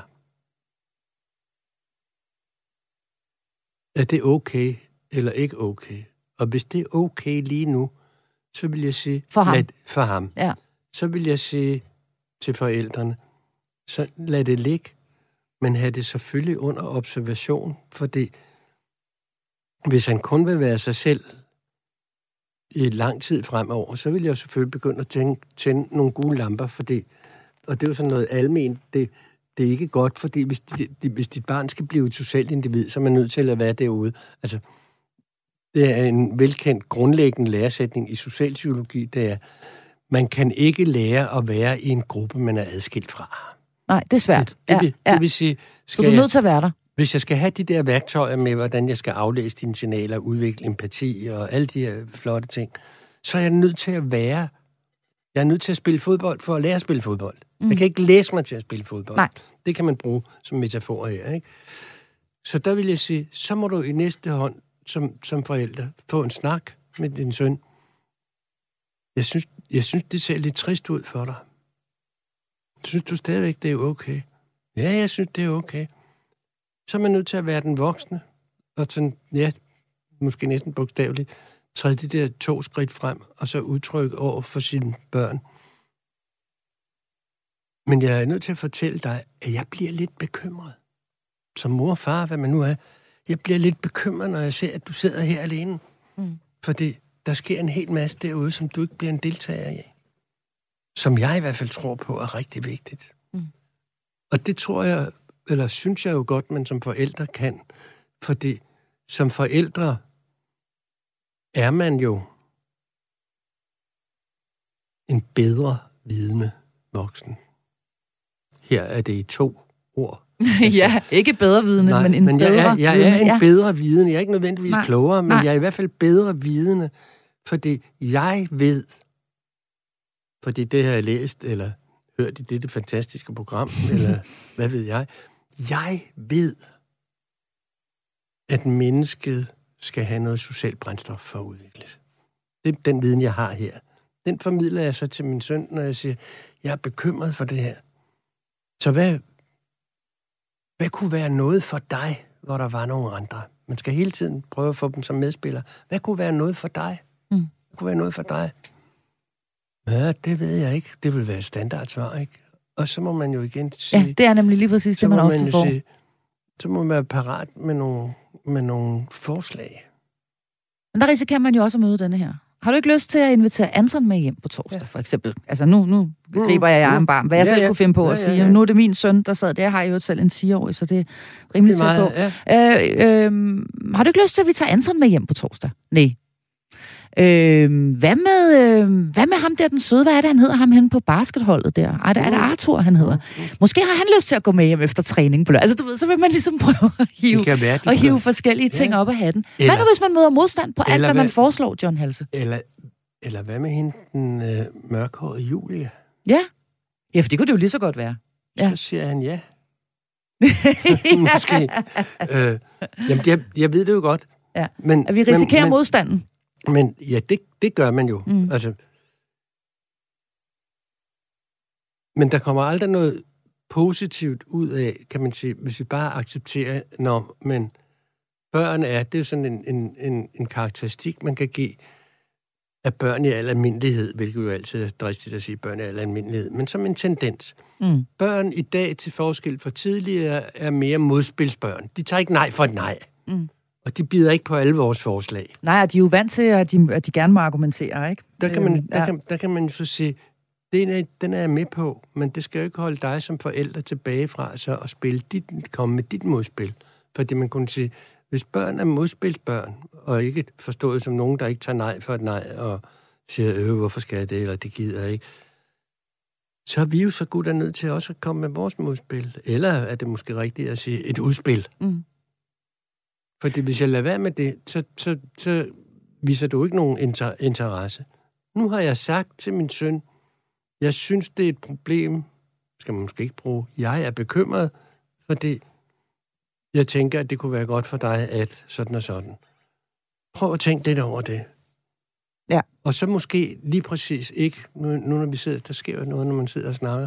B: er det okay eller ikke okay? Og hvis det er okay lige nu, så vil jeg sige...
A: For ham.
B: Lad, for ham.
A: Ja.
B: Så vil jeg sige til forældrene, så lad det ligge, men have det selvfølgelig under observation, fordi hvis han kun vil være sig selv i lang tid fremover, så vil jeg selvfølgelig begynde at tænke, tænde nogle gode lamper, fordi, og det er jo sådan noget alment, det, det er ikke godt, fordi hvis, de, de, hvis dit barn skal blive et socialt individ, så er man nødt til at være derude. Altså, det er en velkendt grundlæggende læresætning i socialpsykologi, det er, man kan ikke lære at være i en gruppe, man er adskilt fra.
A: Nej, det er svært.
B: Det, det,
A: ja,
B: vil,
A: ja.
B: det vil sige...
A: Så du er nødt til at være der?
B: Hvis jeg skal have de der værktøjer med, hvordan jeg skal aflæse dine signaler, udvikle empati og alle de her flotte ting, så er jeg nødt til at være... Jeg er nødt til at spille fodbold for at lære at spille fodbold. Mm. Jeg kan ikke læse mig til at spille fodbold.
A: Nej.
B: Det kan man bruge som metafor her, ikke? Så der vil jeg sige, så må du i næste hånd som, som forælder få en snak med din søn. Jeg synes, jeg synes, det ser lidt trist ud for dig. Synes du stadigvæk, det er okay? Ja, jeg synes, det er okay. Så er man nødt til at være den voksne, og sådan, ja, måske næsten bogstaveligt, træde de der to skridt frem, og så udtrykke over for sine børn. Men jeg er nødt til at fortælle dig, at jeg bliver lidt bekymret. Som mor og far, hvad man nu er. Jeg bliver lidt bekymret, når jeg ser, at du sidder her alene. Mm. Fordi der sker en hel masse derude, som du ikke bliver en deltager i. Som jeg i hvert fald tror på er rigtig vigtigt. Mm. Og det tror jeg, eller synes jeg jo godt, man som forældre kan. Fordi som forældre er man jo en bedre vidende voksen. Her er det i to ord.
A: Altså, ja, ikke bedre vidende,
B: nej,
A: men en
B: men jeg
A: bedre
B: er, jeg
A: vidende.
B: er en
A: ja.
B: bedre vidende. Jeg er ikke nødvendigvis
A: nej,
B: klogere, men
A: nej.
B: jeg er i hvert fald bedre vidende, fordi jeg ved, fordi det har jeg læst, eller hørt i dette fantastiske program, eller hvad ved jeg. Jeg ved, at mennesket skal have noget socialt brændstof for at udvikles. Det er den viden, jeg har her. Den formidler jeg så til min søn, når jeg siger, jeg er bekymret for det her. Så hvad, hvad kunne være noget for dig, hvor der var nogle andre? Man skal hele tiden prøve at få dem som medspillere. Hvad kunne være noget for dig? Mm. Hvad kunne være noget for dig? Ja, det ved jeg ikke. Det vil være et standardsvar, ikke? Og så må man jo igen sige...
A: Ja, det er nemlig lige præcis det, man ofte får. Sige,
B: så må man være parat med nogle, med nogle forslag.
A: Men der risikerer man jo også at møde denne her. Har du ikke lyst til at invitere Anton med hjem på torsdag, ja. for eksempel? Altså nu, nu griber jeg jer en barm, hvad jeg ja, selv ja. kunne finde på ja, at sige. Ja, ja. Nu er det min søn, der sad der. Jeg har jo selv en ti-årig, så det er rimelig tæt på. Ja. Øh, øh, har du ikke lyst til, at vi tager Anton med hjem på torsdag? Nej. Øh, hvad, med, øh, hvad med ham der, den søde? Hvad er det, han hedder ham henne på basketholdet der? Er det, er det Arthur, han hedder? Måske har han lyst til at gå med hjem efter træning på lørdag. Altså, du ved, så vil man ligesom prøve at hive, være, og hive forskellige ting ja. op af hatten. Eller, hvad nu, hvis man møder modstand på alt, hvad man foreslår, John Halse? Eller,
B: eller hvad med hende, den øh, mørkhårede Julie?
A: Ja. Ja, for det kunne det jo lige så godt være. Ja.
B: Så siger han ja. Måske. øh, jamen, jeg, jeg ved det jo godt.
A: Ja. Men, at vi risikerer men, modstanden.
B: Men ja, det, det gør man jo. Mm. Altså, men der kommer aldrig noget positivt ud af, kan man sige, hvis vi bare accepterer, når men børn er, det er jo sådan en, en, en, en karakteristik, man kan give af børn i al almindelighed, hvilket jo altid er dristigt at sige børn i al almindelighed, men som en tendens. Mm. Børn i dag, til forskel fra tidligere, er mere modspilsbørn. De tager ikke nej for et nej. Mm. Og de bider ikke på alle vores forslag. Nej,
A: de er jo vant til, at de, at de gerne må argumentere, ikke?
B: Der kan man, der ja. kan, der kan man så sige, den er, den er jeg med på, men det skal jo ikke holde dig som forælder tilbage fra så at spille dit, komme med dit modspil. Fordi man kunne sige, hvis børn er modspilsbørn, og ikke forstået som nogen, der ikke tager nej for et nej, og siger, øh, hvorfor skal jeg det, eller det gider jeg ikke, så er vi jo så godt nødt til også at komme med vores modspil. Eller er det måske rigtigt at sige et udspil? Mm. Fordi hvis jeg lader være med det, så, så, så viser du ikke nogen inter- interesse. Nu har jeg sagt til min søn, jeg synes, det er et problem, skal man måske ikke bruge, jeg er bekymret, fordi jeg tænker, at det kunne være godt for dig, at sådan og sådan. Prøv at tænke lidt over det.
A: Ja.
B: Og så måske lige præcis ikke, nu, nu når vi sidder, der sker jo noget, når man sidder og snakker,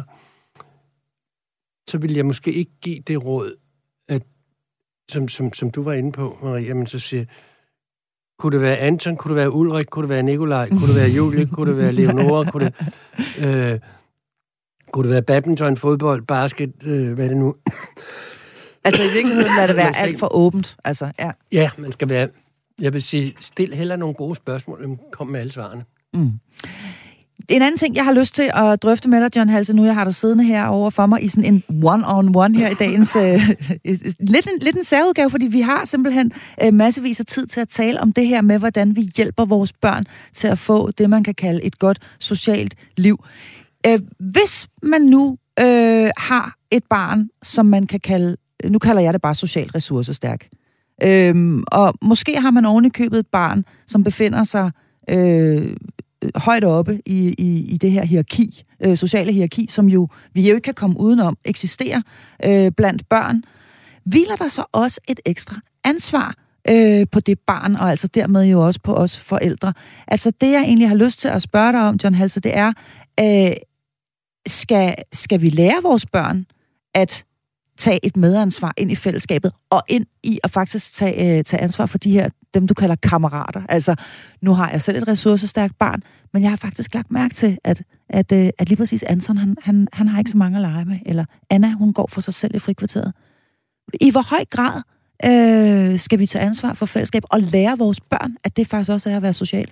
B: så vil jeg måske ikke give det råd, at, som, som, som du var inde på, Maria, men så siger, kunne det være Anton, kunne det være Ulrik, kunne det være Nikolaj, kunne det være Julie, kunne det være Leonora, kunne det, øh, kunne det være badminton, fodbold, basket, øh, hvad er det nu?
A: Altså i virkeligheden lader det være alt for åbent. Altså, ja.
B: ja, man skal være, jeg vil sige, stil heller nogle gode spørgsmål, men kom med alle svarene.
A: Mm. En anden ting, jeg har lyst til at drøfte med dig, John Halse, nu jeg har dig siddende her over for mig i sådan en one-on-one her i dagens øh, lidt, en, lidt en særudgave, fordi vi har simpelthen øh, massevis af tid til at tale om det her med, hvordan vi hjælper vores børn til at få det, man kan kalde et godt socialt liv. Øh, hvis man nu øh, har et barn, som man kan kalde, nu kalder jeg det bare socialt ressourcestærk, øh, og måske har man ovenikøbet et barn, som befinder sig øh, højt oppe i, i, i det her hierarki, øh, sociale hierarki, som jo vi jo ikke kan komme udenom, eksisterer øh, blandt børn, hviler der så også et ekstra ansvar øh, på det barn, og altså dermed jo også på os forældre. Altså det, jeg egentlig har lyst til at spørge dig om, John Halse, det er, øh, skal, skal vi lære vores børn at tage et medansvar ind i fællesskabet, og ind i at faktisk tage, øh, tage ansvar for de her, dem du kalder kammerater. Altså, nu har jeg selv et ressourcestærkt barn, men jeg har faktisk lagt mærke til, at, at, øh, at lige præcis Anton, han, han, han har ikke så mange at lege med, eller Anna, hun går for sig selv i frikvarteret. I hvor høj grad øh, skal vi tage ansvar for fællesskab og lære vores børn, at det faktisk også er at være social?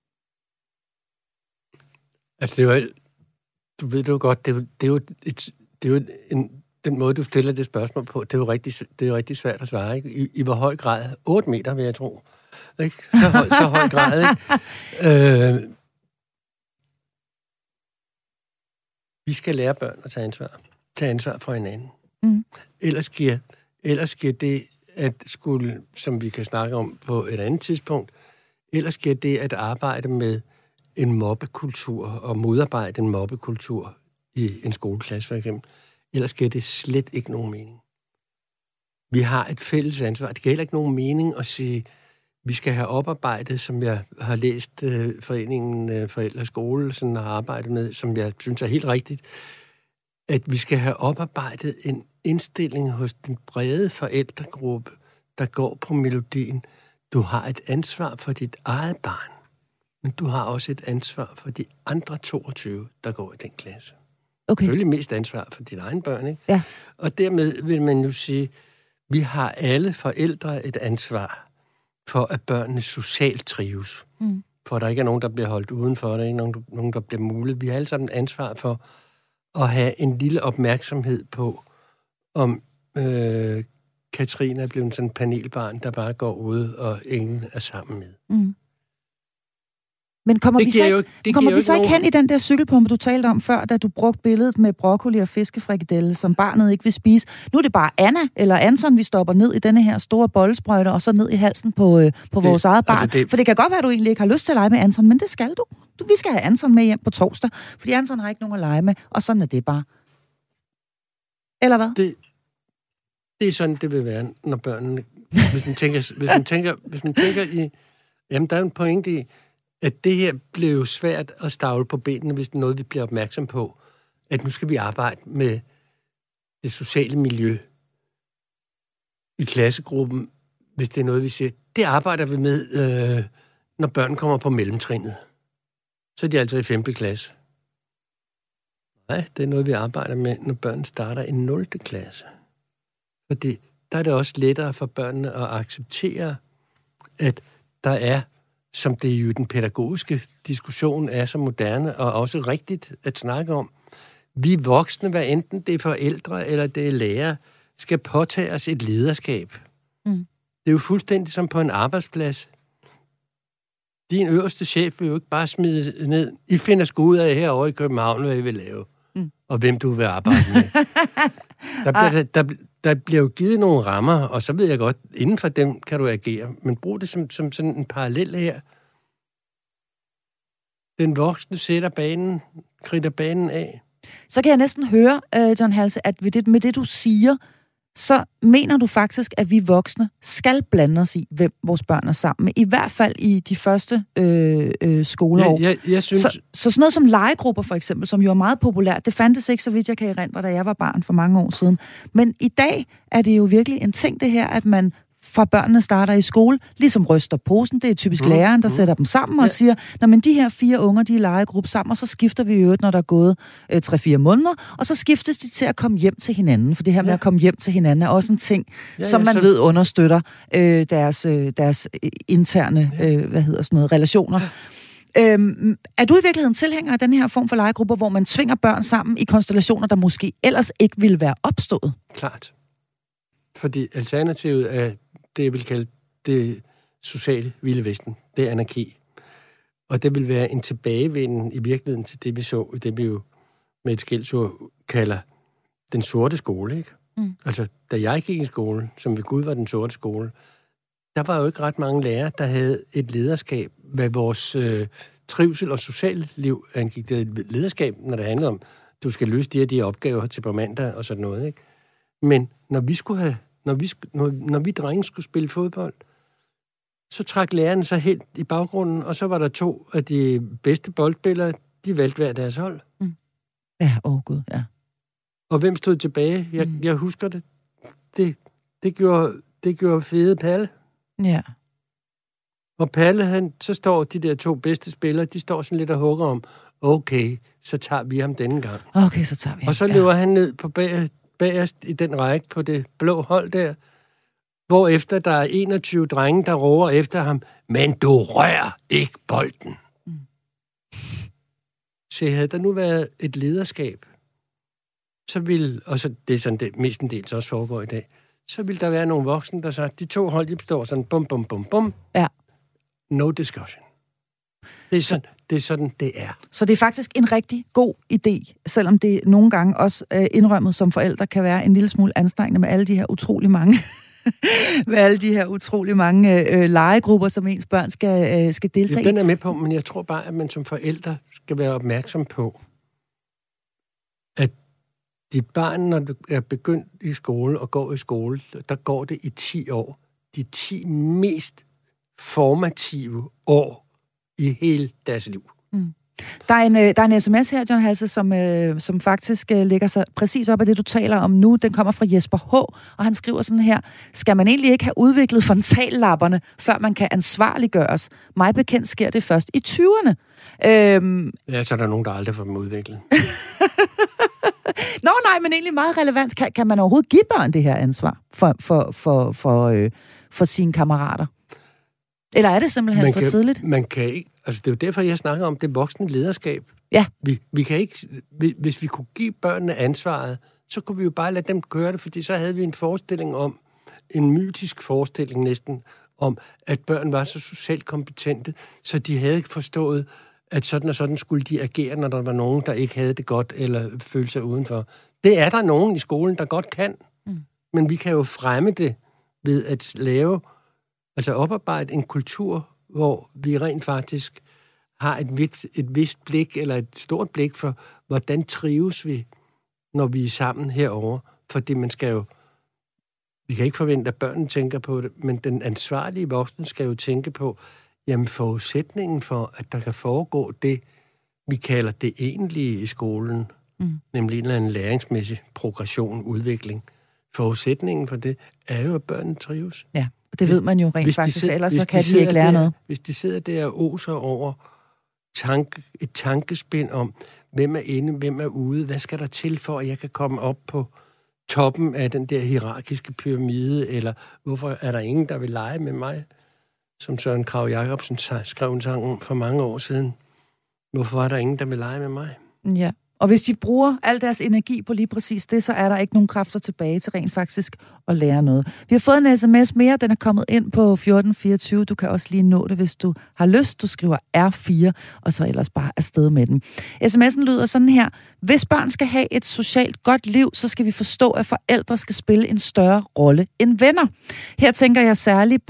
B: Altså, det er jo, du ved det jo godt, det er jo, det er jo, et, det er jo en den måde, du stiller det spørgsmål på, det er jo rigtig, det er jo rigtig svært at svare, ikke? I, i hvor høj grad? otte meter, vil jeg tro. Ikke? Så, høj, så høj grad, ikke? Øh, vi skal lære børn at tage ansvar. Tage ansvar for hinanden. Mm. Ellers, giver, ellers giver det, at skulle, som vi kan snakke om på et andet tidspunkt, ellers giver det at arbejde med en mobbekultur og modarbejde en mobbekultur i en skoleklasse, for eksempel. Ellers giver det slet ikke nogen mening. Vi har et fælles ansvar. Det giver heller ikke nogen mening at sige, vi skal have oparbejdet, som jeg har læst øh, Foreningen øh, Forældre Skole, sådan har arbejdet med, som jeg synes er helt rigtigt, at vi skal have oparbejdet en indstilling hos den brede forældregruppe, der går på melodien. Du har et ansvar for dit eget barn, men du har også et ansvar for de andre toogtyve, der går i den klasse. Okay. Selvfølgelig mest ansvar for dine egne børn, ikke?
A: Ja.
B: Og dermed vil man jo sige, vi har alle forældre et ansvar for, at børnene socialt trives. Mm. For at der ikke er nogen, der bliver holdt udenfor, der er ikke nogen, nogen, der bliver muligt. Vi har alle sammen et ansvar for at have en lille opmærksomhed på, om øh, Katrine er blevet sådan en panelbarn, der bare går ude, og ingen er sammen med.
A: Mm. Men kommer det vi så ikke, jo, kommer vi så ikke nogen... hen i den der cykelpumpe, du talte om før, da du brugte billedet med broccoli og fiskefrikadelle, som barnet ikke vil spise? Nu er det bare Anna eller Anton, vi stopper ned i denne her store boldsprøjte, og så ned i halsen på, øh, på det, vores eget barn. Altså det... For det kan godt være, at du egentlig ikke har lyst til at lege med Anton, men det skal du. du. Vi skal have Anton med hjem på torsdag, fordi Anton har ikke nogen at lege med, og sådan er det bare. Eller hvad?
B: Det, det er sådan, det vil være, når børnene... Hvis man tænker, hvis man tænker, hvis man tænker i... Jamen, der er en pointe i... at det her blev svært at stavle på benene, hvis det er noget, vi bliver opmærksom på. At nu skal vi arbejde med det sociale miljø i klassegruppen, hvis det er noget, vi siger. Det arbejder vi med, øh, når børn kommer på mellemtrinnet. Så er de altså i femte klasse. Nej, det er noget, vi arbejder med, når børn starter i nul klasse. Fordi der er det også lettere for børnene at acceptere, at der er, som det jo den pædagogiske diskussion er så moderne, og også rigtigt at snakke om. Vi voksne, hvad enten det er forældre eller det er lærer, skal påtage os et lederskab. Mm. Det er jo fuldstændig som på en arbejdsplads. Din øverste chef vil jo ikke bare smide ned. I finder sgu ud af herovre i København, hvad I vil lave, mm. og hvem du vil arbejde med. Der bliver, der, der bliver jo givet nogle rammer, og så ved jeg godt, inden for dem kan du agere. Men brug det som, som sådan en parallel her. Den voksne sætter banen, kridter banen af.
A: Så kan jeg næsten høre, uh, John Halse, at med det, med det du siger, så mener du faktisk, at vi voksne skal blande os i, hvem vores børn er sammen med. I hvert fald i de første øh, øh, skoleår.
B: Jeg, jeg, jeg synes...
A: så, så sådan noget som legegrupper for eksempel, som jo er meget populært, det fandtes ikke, så vidt jeg kan erindre, da jeg var barn for mange år siden. Men i dag er det jo virkelig en ting det her, at man fra børnene starter i skole, ligesom ryster posen. Det er typisk mm, læreren, der mm. sætter dem sammen og ja. siger, nå, men de her fire unger, de er i legegruppe sammen, og så skifter vi i øvrigt, når der er gået øh, tre-fire måneder, og så skiftes de til at komme hjem til hinanden. For det her ja. med at komme hjem til hinanden er også en ting, ja, som man ja, så... ved understøtter øh, deres, øh, deres interne øh, hvad hedder sådan noget, relationer. Ja. Øhm, er du i virkeligheden tilhænger af den her form for legegrupper, hvor man tvinger børn sammen i konstellationer, der måske ellers ikke ville være opstået?
B: Klart. Fordi alternativet er det, jeg vil kalde det sociale vilde vesten. Det er anarki. Og det vil være en tilbagevenden i virkeligheden til det, vi så, det vi jo med et skældsord kalder den sorte skole, ikke? Mm. Altså, da jeg gik i skole, som ved Gud var den sorte skole, der var jo ikke ret mange lærere, der havde et lederskab, hvad vores øh, trivsel og socialt liv angik. Det er lederskab, når det handler om, du skal løse de her de opgaver til på mandag og sådan noget, ikke? Men når vi skulle have Når vi, når, når vi drenge skulle spille fodbold, så trak læreren sig helt i baggrunden, og så var der to af de bedste boldspillere, de valgte hver deres hold.
A: Mm. Ja, åh oh gud, ja.
B: Og hvem stod tilbage? Jeg, mm. jeg husker det. Det, det, gjorde, det gjorde fede Palle.
A: Ja.
B: Og Palle, han, så står de der to bedste spillere, de står sådan lidt og hugger om, okay, så tager vi ham denne gang.
A: Okay, så tager vi ham.
B: Og så løber ja. han ned på bag bagerst i den række på det blå hold der, hvor efter der er enogtyve drenge, der råber efter ham, men du rører ikke bolden. Mm. Så havde der nu været et lederskab, så ville, og så det er sådan det mestendels også foregår i dag, så ville der være nogle voksne, der sagde, de to hold, de består sådan bum, bum, bum, bum.
A: Ja.
B: No discussion. Det er sådan, det er sådan, det er.
A: Så det er faktisk en rigtig god idé, selvom det nogle gange også øh, indrømmet som forældre kan være en lille smule anstrengende med alle de her utrolig mange med alle de her utrolig mange øh, legegrupper, som ens børn skal, øh, skal deltage i.
B: Ja, den er med på, men jeg tror bare, at man som forældre skal være opmærksom på, at de børn, når du er begyndt i skole og går i skole, der går det i ti år. De ti mest formative år i hele deres liv. Mm.
A: Der er, en, der er en sms her, John Halse, som, øh, som faktisk øh, lægger sig præcis op af det, du taler om nu. Den kommer fra Jesper H., og han skriver sådan her: skal man egentlig ikke have udviklet frontallapperne, før man kan ansvarliggøres? Mig bekendt sker det først i tyverne. Øhm...
B: Ja, så er der nogen, der aldrig får dem udviklet.
A: Nå nej, men egentlig meget relevant. Kan, kan man overhovedet give børn det her ansvar for, for, for, for, øh, for sine kammerater? Eller er det simpelthen man for
B: kan,
A: tidligt?
B: Man kan ikke. Altså, det er jo derfor, jeg snakker om det voksne lederskab.
A: Ja.
B: Vi, vi kan ikke, hvis vi kunne give børnene ansvaret, så kunne vi jo bare lade dem gøre det, fordi så havde vi en forestilling om, en mytisk forestilling næsten, om, at børn var så socialt kompetente, så de havde ikke forstået, at sådan og sådan skulle de agere, når der var nogen, der ikke havde det godt, eller følte sig udenfor. Det er der nogen i skolen, der godt kan. Mm. Men vi kan jo fremme det ved at lave, altså oparbejde en kultur, hvor vi rent faktisk har et vist, et vist blik, eller et stort blik for, hvordan trives vi, når vi er sammen herovre. Fordi man skal jo, vi kan ikke forvente, at børnene tænker på det, men den ansvarlige voksne skal jo tænke på, jamen forudsætningen for, at der kan foregå det, vi kalder det egentlige i skolen, mm. nemlig en eller anden læringsmæssig progression, udvikling. Forudsætningen for det er jo, at børnene trives.
A: Ja, og det ved man jo rent faktisk, sidder, ellers så kan de, de ikke lære
B: der,
A: noget.
B: Hvis de sidder der og oser over tanke, et tankespind om, hvem er inde, hvem er ude, hvad skal der til for, at jeg kan komme op på toppen af den der hierarkiske pyramide, eller hvorfor er der ingen, der vil lege med mig? Som Søren Kragh Jacobsen skrev en sang om for mange år siden. Hvorfor er der ingen, der vil lege med mig?
A: Ja, og hvis de bruger al deres energi på lige præcis det, så er der ikke nogen kræfter tilbage til rent faktisk at lære noget. Vi har fået en sms mere, den er kommet ind på fjorten fireogtyve. Du kan også lige nå det, hvis du har lyst. Du skriver R fire, og så ellers bare afsted med den. sms'en lyder sådan her: hvis børn skal have et socialt godt liv, så skal vi forstå, at forældre skal spille en større rolle end venner. Her tænker jeg særligt på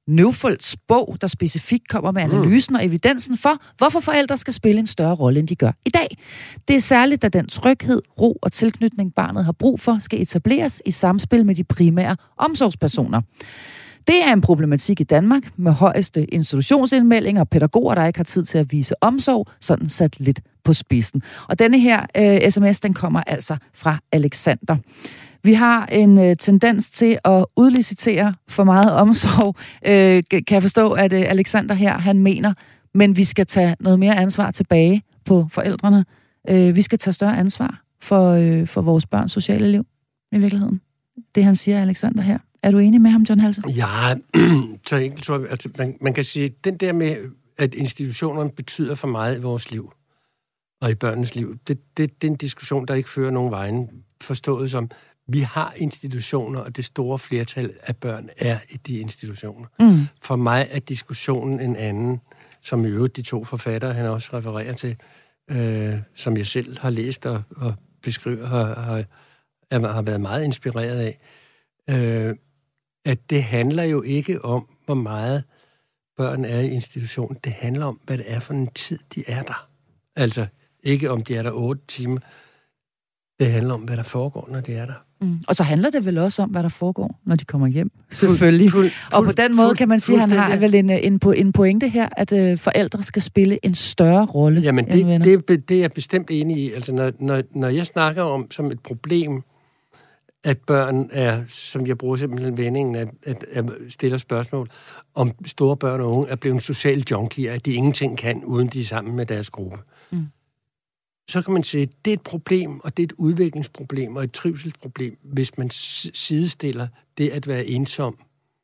A: Neufelds bog, der specifikt kommer med analysen og evidensen for, hvorfor forældre skal spille en større rolle, end de gør i dag. Det er særligt, at den tryghed, ro og tilknytning, barnet har brug for, skal etableres i samspil med de primære omsorgspersoner. Det er en problematik i Danmark med højeste institutionsindmeldinger og pædagoger, der ikke har tid til at vise omsorg, sådan sat lidt på spidsen. Og denne her øh, sms, den kommer altså fra Alexander. Vi har en øh, tendens til at udlicitere for meget omsorg. Øh, kan jeg forstå, at øh, Alexander her, han mener, men vi skal tage noget mere ansvar tilbage på forældrene. Øh, vi skal tage større ansvar for, øh, for vores børns sociale liv i virkeligheden. Det han siger, Alexander her. Er du enig med ham, John Halse?
B: Ja, så enkelt tror jeg. Altså, man, man kan sige, den der med, at institutionerne betyder for meget i vores liv og i børnenes liv, det, det, det er en diskussion, der ikke fører nogen vejen, forstået som, vi har institutioner, og det store flertal af børn er i de institutioner. Mm. For mig er diskussionen en anden, som i øvrigt de to forfattere, han også refererer til, øh, som jeg selv har læst og, og beskriver, har, har, har været meget inspireret af, øh, at det handler jo ikke om, hvor meget børn er i institutionen. Det handler om, hvad det er for en tid, de er der. Altså, ikke om de er der otte timer. Det handler om, hvad der foregår, når de er der. Mm.
A: Og så handler det vel også om, hvad der foregår, når de kommer hjem. Selvfølgelig. Fuld, fuld, og på den måde kan man sige, at han har vel en, en, en pointe her, at øh, forældre skal spille en større rolle.
B: Jamen, det, det, det er jeg bestemt enig i. Altså, når, når, når jeg snakker om som et problem, at børn er, som jeg bruger simpelthen vendingen, at, at, at stiller spørgsmål, om store børn og unge er blevet sociale junkier, at de ingenting kan, uden de er sammen med deres gruppe. Mm. Så kan man sige, at det er et problem, og det er et udviklingsproblem og et trivselsproblem, hvis man sidestiller det at være ensom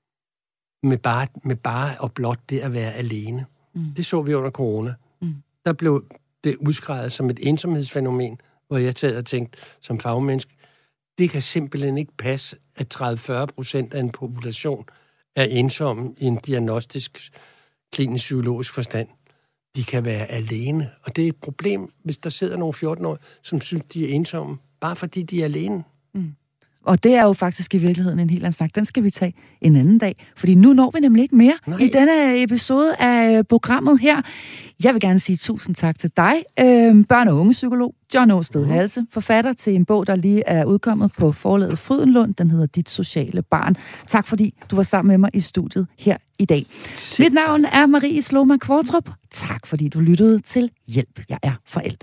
B: med bare, med bare og blot det at være alene. Mm. Det så vi under corona. Mm. Der blev det udskrevet som et ensomhedsfænomen, hvor jeg sad og tænkte som fagmenneske, det kan simpelthen ikke passe, at tredive til fyrre procent af en population er ensomme i en diagnostisk, klinisk psykologisk forstand. De kan være alene, og det er et problem, hvis der sidder nogle fjorten-årige, som synes, de er ensomme, bare fordi de er alene. Mm.
A: Og det er jo faktisk i virkeligheden en helt anden snak. Den skal vi tage en anden dag, fordi nu når vi nemlig ikke mere Nej. i denne episode af programmet her. Jeg vil gerne sige tusind tak til dig, øh, børne- og ungepsykolog John Aasted Halse, forfatter til en bog, der lige er udkommet på forlaget Frydenlund. Den hedder Dit sociale barn. Tak fordi du var sammen med mig i studiet her i dag. Selv. Mit navn er Marie Sloma Kvartrup. Tak fordi du lyttede til Hjælp, jeg er forælder.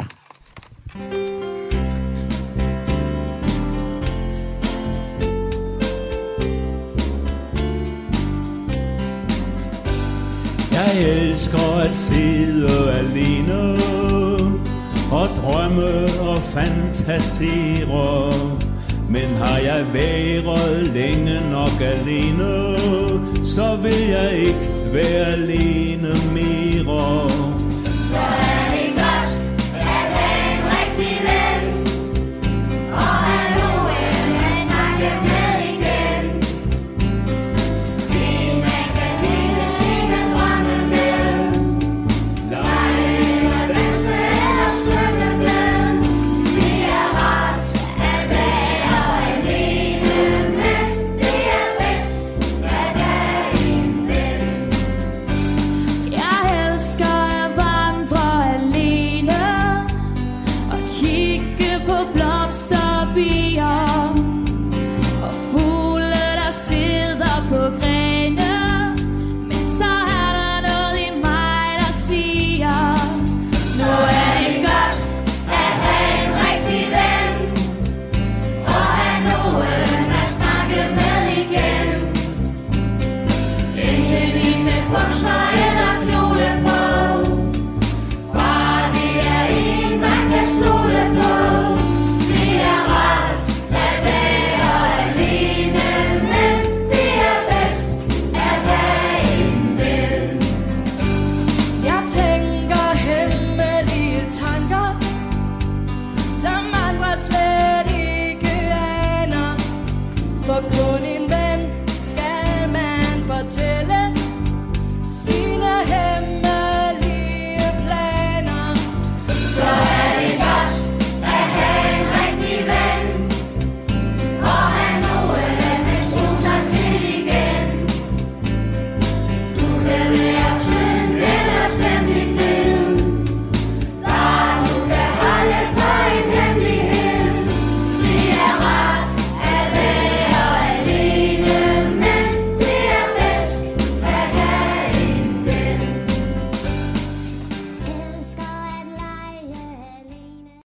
C: Jeg elsker at sidde alene og drømme og fantasere, men har jeg været længe nok alene, så vil jeg ikke være alene mere.
D: Så er det godt at have en rigtig ven, og have nogen at snakke med igen. Fordi man kan hele sine drømme med, lege eller danse eller svømme med. Det er rart at være alene, men det er bedst at have en ven. Jeg elsker at vandre alene og kigge på blomster og bier.